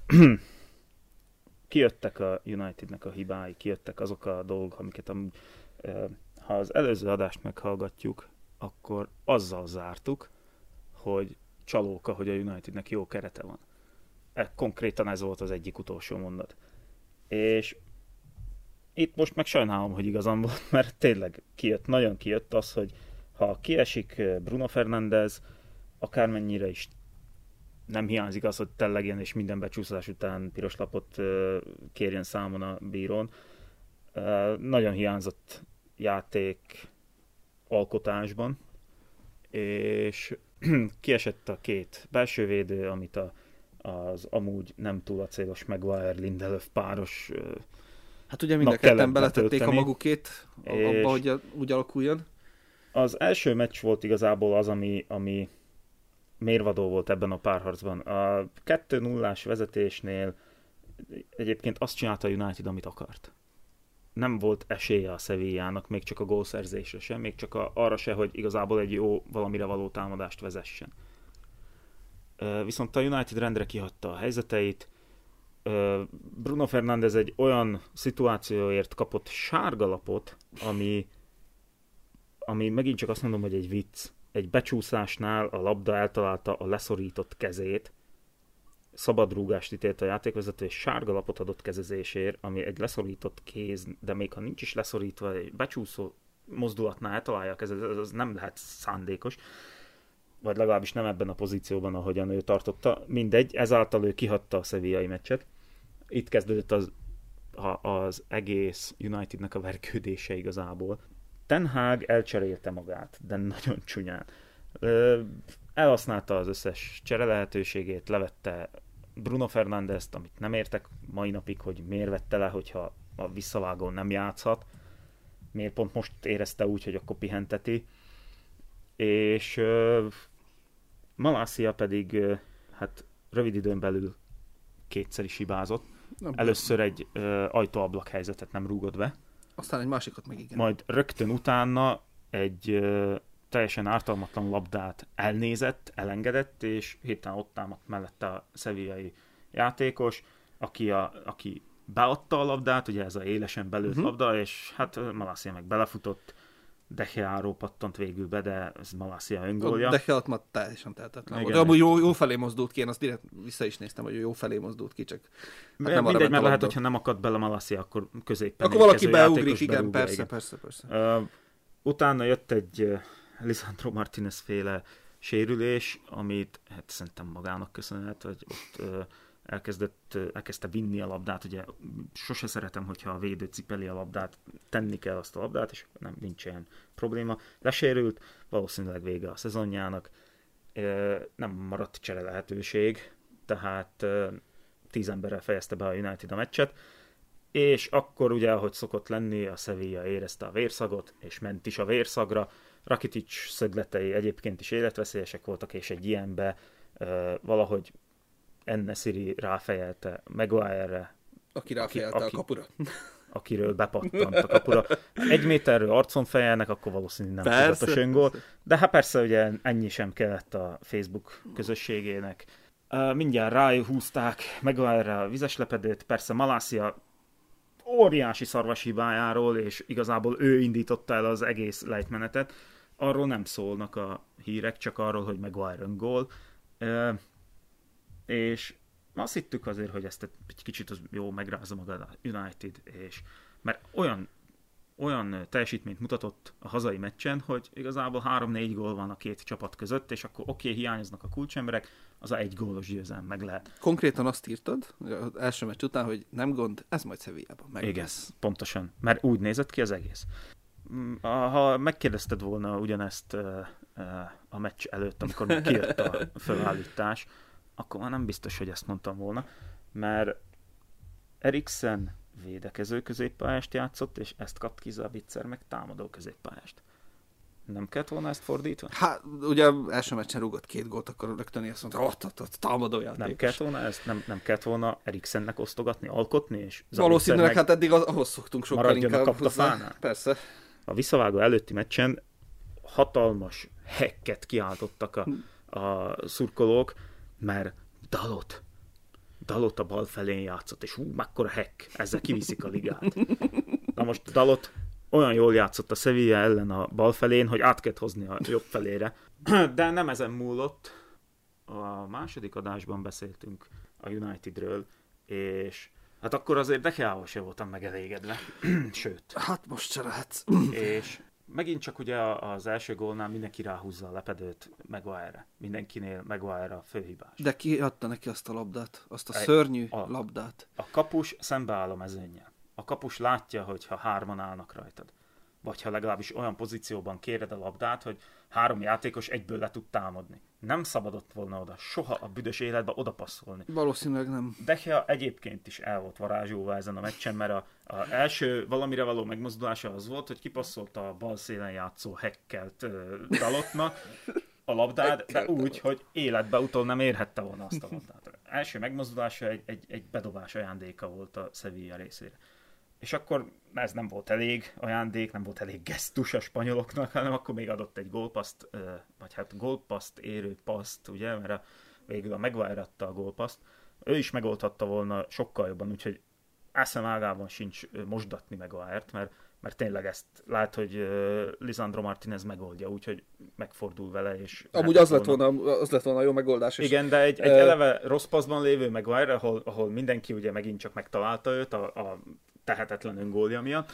kijöttek a Unitednek a hibái, kijöttek azok a dolgok, amiket amúgy, uh, ha az előző adást meghallgatjuk, akkor azzal zártuk, hogy csalóka, hogy a Unitednek jó kerete van. E, konkrétan ez volt az egyik utolsó mondat. És itt most meg sajnálom, hogy igazam volt, mert tényleg kijött, nagyon kijött az, hogy ha kiesik Bruno Fernandes, akármennyire is nem hiányzik az, hogy tellegjen és minden becsúszás után piros lapot kérjen számon a bírón. Nagyon hiányzott játék alkotásban, és kiesett a két belső védő, amit a, az amúgy nem túl acélos Maguire-Lindelöf páros hát ugye mind a ketten beletették a magukét abba, hogy úgy alakuljon. Az első meccs volt igazából az, ami, ami mérvadó volt ebben a párharcban. A kettő nullás vezetésnél egyébként azt csinálta a United, amit akart. Nem volt esélye a Sevillának, még csak a gólszerzésre sem, még csak a, arra se, hogy igazából egy jó, valamire való támadást vezessen. Viszont a United rendre kihagyta a helyzeteit. Bruno Fernandes egy olyan szituációért kapott sárgalapot, ami, ami megint csak azt mondom, hogy egy vicc. Egy becsúszásnál a labda eltalálta a leszorított kezét, szabadrúgást ítélt a játékvezető, és sárgalapot adott kezezésért, ami egy leszorított kéz, de még ha nincs is leszorítva, egy becsúszó mozdulatnál eltalálja a kezét, az nem lehet szándékos, vagy legalábbis nem ebben a pozícióban, ahogyan ő tartotta. Mindegy, ezáltal ő kihagyta a sevillai meccset. Itt kezdődött az, a, az egész Unitednek a vergődése igazából. Ten Hag elcserélte magát, de nagyon csúnyán. Elhasználta az összes csere lehetőségét, levette Bruno Fernandest, amit nem értek mai napig, hogy miért vette le, hogyha a visszavágón nem játszhat. Miért pont most érezte úgy, hogy akkor pihenteti. És uh, Malacia pedig uh, hát rövid időn belül kétszer is hibázott. Nem Először nem. egy uh, ajtóablak helyzetet nem rúgott be. Aztán egy másikat meg igen. Majd rögtön utána egy uh, teljesen ártalmatlan labdát elnézett, elengedett, és hirtelen ott támadt mellette a sevillai játékos, aki, a, aki beadta a labdát, ugye ez a élesen belőtt uh-huh. labda, és hát Malacia meg belefutott, De Gea-ról pattant végül be, de ez Malacia öngólja. De Gea már teljesen tehetetlen volt. Amúgy jó, jó felé mozdult ki, én azt direkt vissza is néztem, hogy jó felé mozdult ki, csak hát nem mindegy, mert lehet, hogyha nem akad bele Malacia, akkor középen akkor valaki beugrik, igen, persze, igen. persze, persze. Uh, utána jött egy uh, Lisandro Martinez féle sérülés, amit hát szerintem magának köszönhet, hogy ott uh, elkezdett, elkezdte vinni a labdát, ugye sose szeretem, hogyha a védő cipeli a labdát, tenni kell azt a labdát, és nem, nincs ilyen probléma. Lesérült, valószínűleg vége a szezonjának, nem maradt csere lehetőség, tehát tíz emberrel fejezte be a United a meccset, és akkor ugye, ahogy szokott lenni, a Sevilla érezte a vérszagot, és ment is a vérszagra. Rakitic szögletei egyébként is életveszélyesek voltak, és egy ilyenbe valahogy En-Nesyri ráfejelte Maguire-re, aki ráfejelte aki, a kapura. Akiről bepattant a kapura. Egy méterről arcon fejelnek, akkor valószínűleg nem tudott a söngól. De hát persze ugye ennyi sem kellett a Facebook közösségének. Uh, mindjárt ráhúzták Maguire-re a vizes lepedőt, persze Malacia óriási szarvas hibájáról, és igazából ő indította el az egész lejtmenetet. Arról nem szólnak a hírek, csak arról, hogy Maguire öngól. Uh, és azt hittük azért, hogy ezt egy kicsit az jó megrázza magad a United, és mert olyan, olyan teljesítményt mutatott a hazai meccsen, hogy igazából három-négy gól van a két csapat között, és akkor oké, okay, hiányoznak a kulcsemberek, az a egy gólos győzelem meg lehet. Konkrétan azt írtad az első meccs után, hogy nem gond, ez majd Sevillában meg. Igen, pontosan, mert úgy nézett ki az egész. Ha megkérdezted volna ugyanezt a meccs előtt, amikor még kijött a felállítás, akkor már nem biztos, hogy ezt mondtam volna, mert Eriksen védekező középpályást játszott, és ezt kapt ki Sabitzer meg támadó középpályást. Nem kellett volna ezt fordítva? Hát, ugye első meccsen rúgott két gólt, akkor rögtön azt mondta, ott, ott, ott, támadó játékos. Nem kellett volna ezt, nem, nem kellett volna Eriksennek osztogatni, alkotni, és valószínűleg hát eddig az, ahhoz szoktunk sokkal inkább hozzá. Persze. A visszavágó előtti meccsen hatalmas hacket kiáltottak a, a szurkolók, mert Dalot, Dalot a bal felén játszott, és hú, mekkora hack, ezzel kiviszik a ligát. Na most Dalot olyan jól játszott a Sevilla ellen a bal felén, hogy át kellett hozni a jobb felére. De nem ezen múlott. A második adásban beszéltünk a Unitedről, és hát akkor azért De Geával sem voltam megelégedve. Sőt. Hát most se lehet. És megint csak ugye az első gólnál mindenki ráhúzza a lepedőt Maguire-re. Mindenkinél Maguire a főhibás. De ki adta neki azt a labdát? Azt a Egy, szörnyű a, labdát? A kapus szembeáll a mezőnnyel. A kapus látja, hogy ha hárman állnak rajtad. Vagy ha legalábbis olyan pozícióban kéred a labdát, hogy három játékos egyből le tud támadni. Nem szabadott volna oda, soha a büdös életbe oda passzolni. Valószínűleg nem. De Gea egyébként is el volt varázsolva ezen a meccsen, mert a, a első valamire való megmozdulása az volt, hogy kipasszolta a bal szélen játszó hekkelt uh, Dalotnak a labdát, de úgy, hogy életbe utol nem érhette volna azt a labdát. Az első megmozdulása egy, egy, egy bedobás ajándéka volt a Sevilla részére. És akkor ez nem volt elég ajándék, nem volt elég gesztus a spanyoloknak, hanem akkor még adott egy gólpaszt, vagy hát gólpaszt érő paszt, ugye, mert a, végül a Maguire adta a gólpaszt. Ő is megoldhatta volna sokkal jobban, úgyhogy eszem ágában sincs mosdatni Maguire-t, mert, mert tényleg ezt lát, hogy Lisandro Martinez megoldja, úgyhogy megfordul vele, és... Amúgy az lett, volna, az lett volna a jó megoldás. És igen, de egy, egy eleve rossz passzban lévő Maguire, ahol, ahol mindenki ugye megint csak megtalálta őt, a, a tehetetlen öngólja miatt.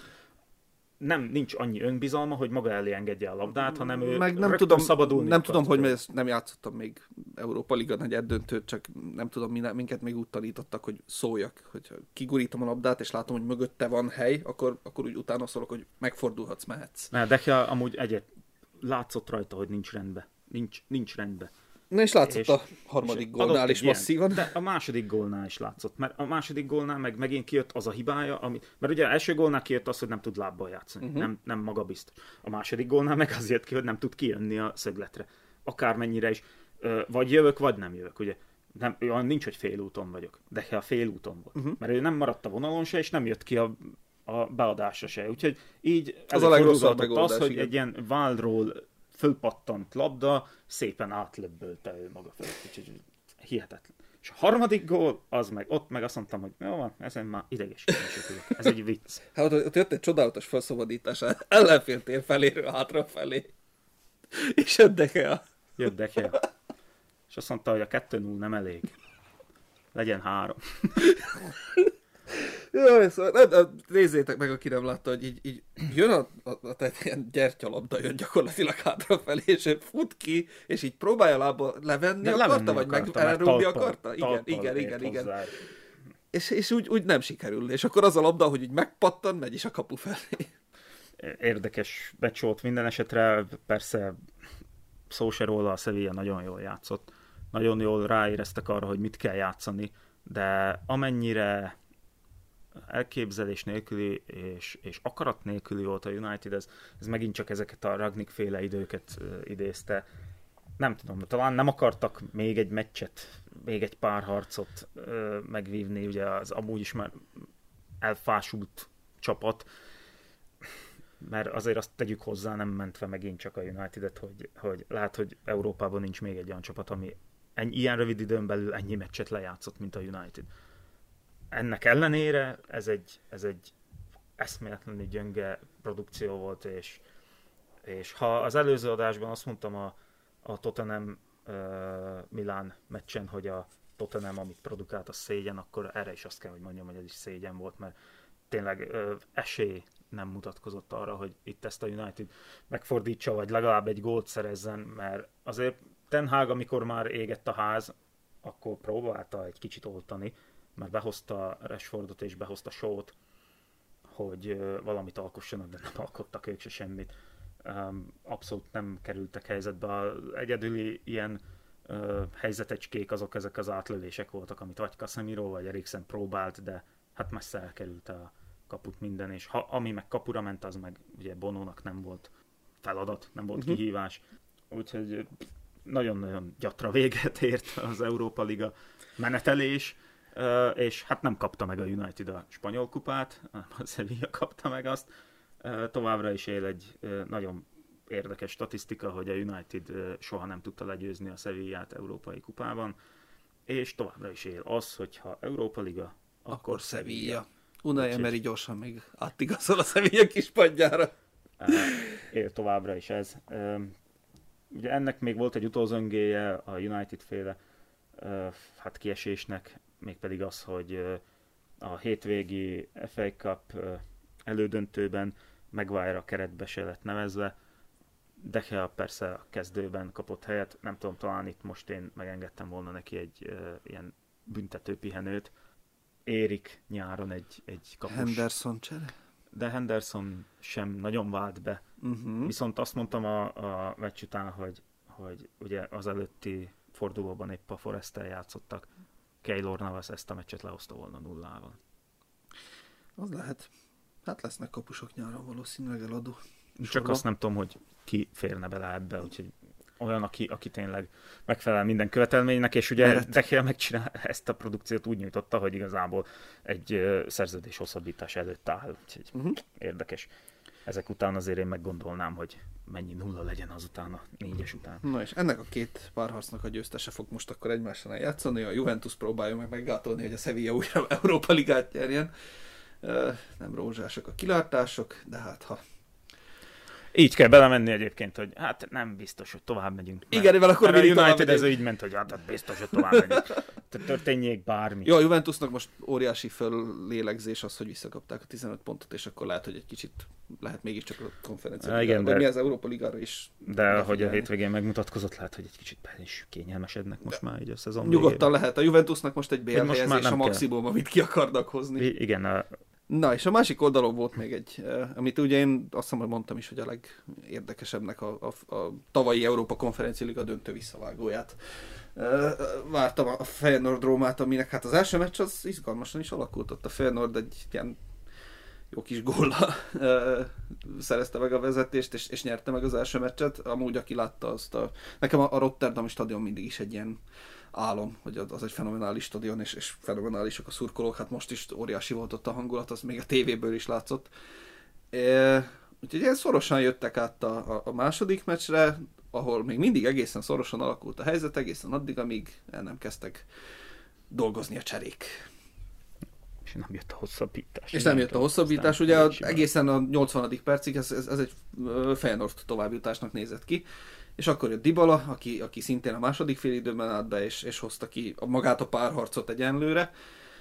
Nem, nincs annyi önbizalma, hogy maga elé engedje a labdát, hanem ő meg nem tudom, szabadulni. Nem tudom, hogy ezt nem játszottam még Európa Liga negyed döntőt, csak nem tudom, minket még úgy tanítottak, hogy szóljak, hogy kigurítom a labdát, és látom, hogy mögötte van hely, akkor, akkor úgy utána szólok, hogy megfordulhatsz, mehetsz. Ne, de ha amúgy egyet látszott rajta, hogy nincs rendben. Nincs, nincs rendben. Na és látszott és, a harmadik gólnál is masszívan. De a második gólnál is látszott, mert a második gólnál meg megint kijött az a hibája, ami, mert ugye az első gólnál kijött az, hogy nem tud lábbal játszani, uh-huh. nem, nem magabiztos. A második gólnál meg az jött ki, hogy nem tud kijönni a szögletre. Akármennyire is, vagy jövök, vagy nem jövök, ugye. Nem, nincs, hogy félúton vagyok, de ha félúton volt. Uh-huh. Mert ő nem maradt a vonalon se, és nem jött ki a, a beadásra se. Úgyhogy így az a legrosszabb megoldás, az, hogy igen. egy ilyen Wildról fölpattant labda, szépen átlöbbölte ő maga fel. Úgyhogy hihetetlen. És a harmadik gól, az meg, ott meg azt mondtam, hogy jó van, ezen már idegesíteni se tudok. Ez egy vicc. Hát ott jött egy csodálatos felszabadítás ellenféltér feléről hátrafelé. És jött De Gea. Jött De Gea. És azt mondta, hogy a kettő null nem elég. Legyen három. Jaj, szóval, nézzétek meg, aki nem látta, hogy így, így jön a, a, a tehát ilyen gyertyalabda jön gyakorlatilag hátrafelé, és ő fut ki, és így próbálja lába levenni de akarta, vagy meg elrúgni akarta? Igen, igen, igen, igen. És, és úgy, úgy nem sikerül. És akkor az a labda, hogy így megpattan, megy is a kapu felé. Érdekes meccs volt minden esetre, persze szó se róla, a Sevilla nagyon jól játszott. Nagyon jól ráéreztek arra, hogy mit kell játszani, de amennyire elképzelés nélküli és, és akarat nélküli volt a United, ez, ez megint csak ezeket a Ragnik féle időket uh, idézte. Nem tudom, talán nem akartak még egy meccset, még egy pár harcot uh, megvívni, ugye az amúgy is már elfásult csapat, mert azért azt tegyük hozzá, nem mentve megint csak a United-et, hogy, hogy lát, hogy Európában nincs még egy olyan csapat, ami ennyi, ilyen rövid időn belül ennyi meccset lejátszott, mint a United. Ennek ellenére ez egy, ez egy eszméletlenül gyönge produkció volt, és, és ha az előző adásban azt mondtam a, a Tottenham uh, Milán meccsen, hogy a Tottenham, amit produkált, a szégyen, akkor erre is azt kell, hogy mondjam, hogy ez is szégyen volt, mert tényleg uh, esély nem mutatkozott arra, hogy itt ezt a United megfordítsa, vagy legalább egy gólt szerezzen, mert azért Ten Hag, amikor már égett a ház, akkor próbálta egy kicsit oltani, mert behozta Rashfordot és behozta Shaw-t, hogy uh, valamit alkossanak, de nem alkottak ők se semmit. Um, abszolút nem kerültek helyzetbe. Az egyedüli ilyen uh, helyzetecskék azok ezek az átlövések voltak, amit vagy Casemiro, vagy Eriksen próbált, de hát messze elkerült a kaput minden, és ha, ami meg kapura ment, az meg ugye Bonónak nem volt feladat, nem volt uh-huh. kihívás. Úgyhogy nagyon-nagyon gyatra véget ért az Európa Liga menetelés, és hát nem kapta meg a United a spanyol kupát, hanem a Sevilla kapta meg azt. Továbbra is él egy nagyon érdekes statisztika, hogy a United soha nem tudta legyőzni a Sevillát európai kupában, és továbbra is él az, hogyha Európa Liga, akkor, akkor Sevilla. Sevilla. Unai Emery gyorsan még átigazol a Sevilla kispadjára. Él továbbra is ez. Ugye ennek még volt egy utózöngéje a United féle hát kiesésnek, mégpedig az, hogy a hétvégi ef á Cup elődöntőben Maguire a keretbe se lett nevezve, De Gea persze a kezdőben kapott helyet, nem tudom, talán itt most én megengedtem volna neki egy uh, ilyen büntető pihenőt. Érik nyáron egy, egy kapus. Henderson csere? De Henderson sem nagyon vált be. Uh-huh. Viszont azt mondtam a, a meccs után, hogy, hogy ugye az előtti fordulóban épp a Forest-tel játszottak. Keylor Navas ezt a meccset lehozta volna nullával. Az lehet. Hát lesznek kapusok nyáron valószínűleg eladó. Csak sorba. azt nem tudom, hogy ki férne bele ebbe, úgyhogy olyan, aki, aki tényleg megfelel minden követelménynek, és ugye De Gea megcsinál ezt a produkciót úgy nyújtotta, hogy igazából egy uh, szerződés hosszabbítás előtt áll, úgyhogy uh-huh. érdekes. Ezek után azért én meggondolnám, hogy mennyi nulla legyen azután a négyes után. Na és ennek a két párharcnak a győztese fog most akkor egymással játszani, a Juventus próbálja meg meggátolni, hogy a Sevilla újra Európa Ligát nyerjen. Uh, nem rózsások a kilátások, de hát ha így kell belemenni egyébként, hogy hát nem biztos, hogy tovább megyünk. Igen, mert akkor a United ez így ment, hogy hát biztos, hogy tovább megyünk. Tehát történjék bármi. Jó, a Juventusnak most óriási föllélegzés az, hogy visszakapták a tizenöt pontot, és akkor lehet, hogy egy kicsit lehet mégiscsak a konferencia. Igen, de... mi az Európa Ligára is. De ahogy a hétvégén megmutatkozott, lehet, hogy egy kicsit be is kényelmesednek most de már így a szezon nyugodtan végében. lehet. A Juventusnak most egy bé el helyezés a maximum, kell. Amit ki akarnak hozni. I- igen, a... Na, és a másik oldalon volt még egy, amit ugye én azt hiszem, hogy mondtam is, hogy a legérdekesebbnek a, a, a tavalyi Európa Konferencia Liga döntő visszavágóját. Vártam a Feyenoord Rómát, aminek hát az első meccs az izgalmasan is alakult. Ott a Feyenoord egy ilyen jó kis góllal szerezte meg a vezetést, és, és nyerte meg az első meccset. Amúgy, aki látta azt a... Nekem a, a Rotterdami stadion mindig is egy ilyen álom, hogy az egy fenomenális stadion, és, és fenomenálisak a szurkolók, hát most is óriási volt ott a hangulat, az még a tévéből is látszott. E, úgyhogy ilyen szorosan jöttek át a, a, a második meccsre, ahol még mindig egészen szorosan alakult a helyzet, egészen addig, amíg el nem kezdtek dolgozni a cserék. És nem jött a hosszabbítás. És nem jött a hosszabbítás, ugye a, egészen a nyolcvanadik percig ez, ez, ez egy Feyenoord továbbjutásnak nézett ki. És akkor jött Dybala, aki, aki szintén a második félidőben állt be, és, és hozta ki a, magát a párharcot egyenlőre.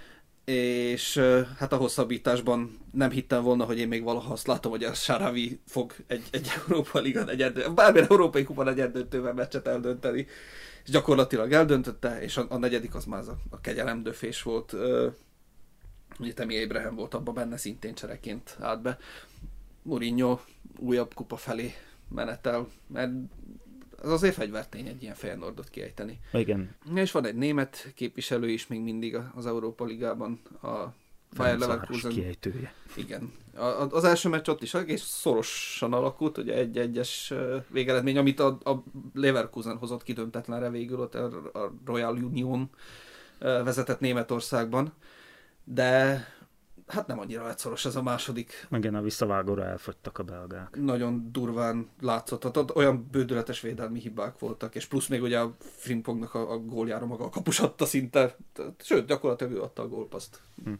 És hát a hosszabbításban nem hittem volna, hogy én még valaha azt látom, hogy a Sharawi fog egy, egy Európa Liga negyed, bármilyen európai kupa negyeddöntővel meccset eldönteni. És gyakorlatilag eldöntötte, és a, a negyedik az már a, a kegyelemdöfés volt. Ugye Tammy Abraham volt abban benne, szintén csereként állt be. Mourinho újabb kupa felé menetel, mert az azért fegyvertény egy ilyen Feyenoordot kiejteni. Igen. És van egy német képviselő is még mindig az Európa Ligában, a Bayer Leverkusen. Kiejtője. Igen. A, az első meccs ott is egész szorosan alakult, ugye egy-egyes végeredmény, amit a, a Leverkusen hozott kidöntetlenre végül, ott a, a Royal Union vezetett Németországban, de hát nem annyira lett szoros ez a második. Igen, a visszavágóra elfogytak a belgák. Nagyon durván látszott, tehát olyan bődületes védelmi hibák voltak, és plusz még ugye a Frimpongnak a, a góljára maga a kapus adta szinte, sőt, gyakorlatilag ő adta a gólpaszt. Hm.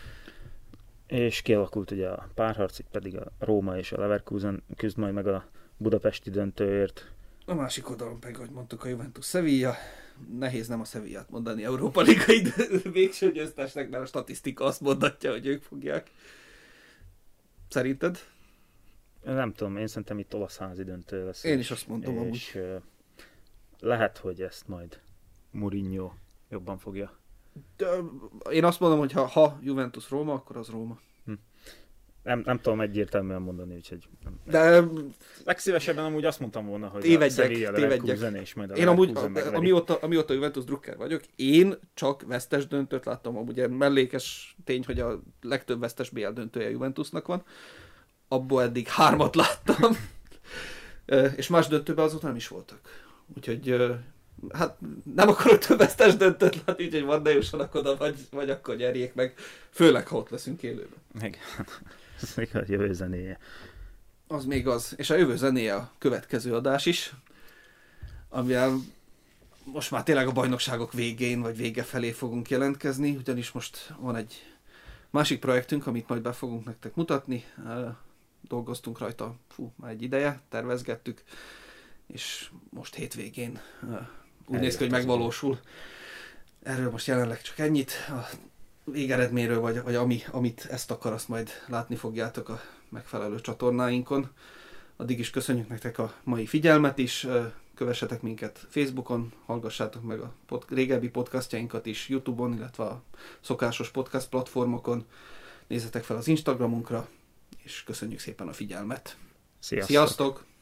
És kialakult ugye a párharc, itt pedig a Róma és a Leverkusen küzd majd meg a budapesti döntőért. A másik oldalon pedig, ahogy mondtuk, a Juventus Sevilla. Nehéz nem a Sevillát mondani Európa Ligai végső győztesnek, mert a statisztika azt mondatja, hogy ők fogják. Szerinted? Nem tudom, én szerintem itt olasz házi döntő lesz. Én is azt mondom és amúgy. Lehet, hogy ezt majd Mourinho jobban fogja. De én azt mondom, hogy ha, ha Juventus Róma, akkor az Róma. Hm. Nem, nem tudom egyértelműen mondani, úgyhogy... Nem, de... Legszívesebben amúgy azt mondtam volna, hogy tévedjek, a Sevilla Leverkusen és majd a én amúgy, amióta, amióta Juventus drukker vagyok, én csak vesztes döntőt láttam. Ugye mellékes tény, hogy a legtöbb vesztes bé el döntője Juventusnak van. Abból eddig hármat láttam. És más döntőben azóta nem is voltak. Úgyhogy hát nem akarok több vesztes döntőt látni, úgyhogy van, de jussanak oda, vagy, vagy akkor nyerjék meg. Főleg, ha ott leszünk élőben. Igen. Ez még a jövő zenéje. Az még az. És a jövő zenéje a következő adás is, amivel most már tényleg a bajnokságok végén, vagy vége felé fogunk jelentkezni, ugyanis most van egy másik projektünk, amit majd be fogunk nektek mutatni. Dolgoztunk rajta, fú, már egy ideje, tervezgettük, és most hétvégén úgy néz ki, hogy megvalósul. Erről most jelenleg csak ennyit. A végeredményről, vagy, vagy ami, amit ezt akar, azt majd látni fogjátok a megfelelő csatornáinkon. Addig is köszönjük nektek a mai figyelmet is. Kövessetek minket Facebookon, hallgassátok meg a pod- régebbi podcastjainkat is YouTube-on, illetve a szokásos podcast platformokon. Nézzetek fel az Instagramunkra, és köszönjük szépen a figyelmet. Sziasztok! Sziasztok!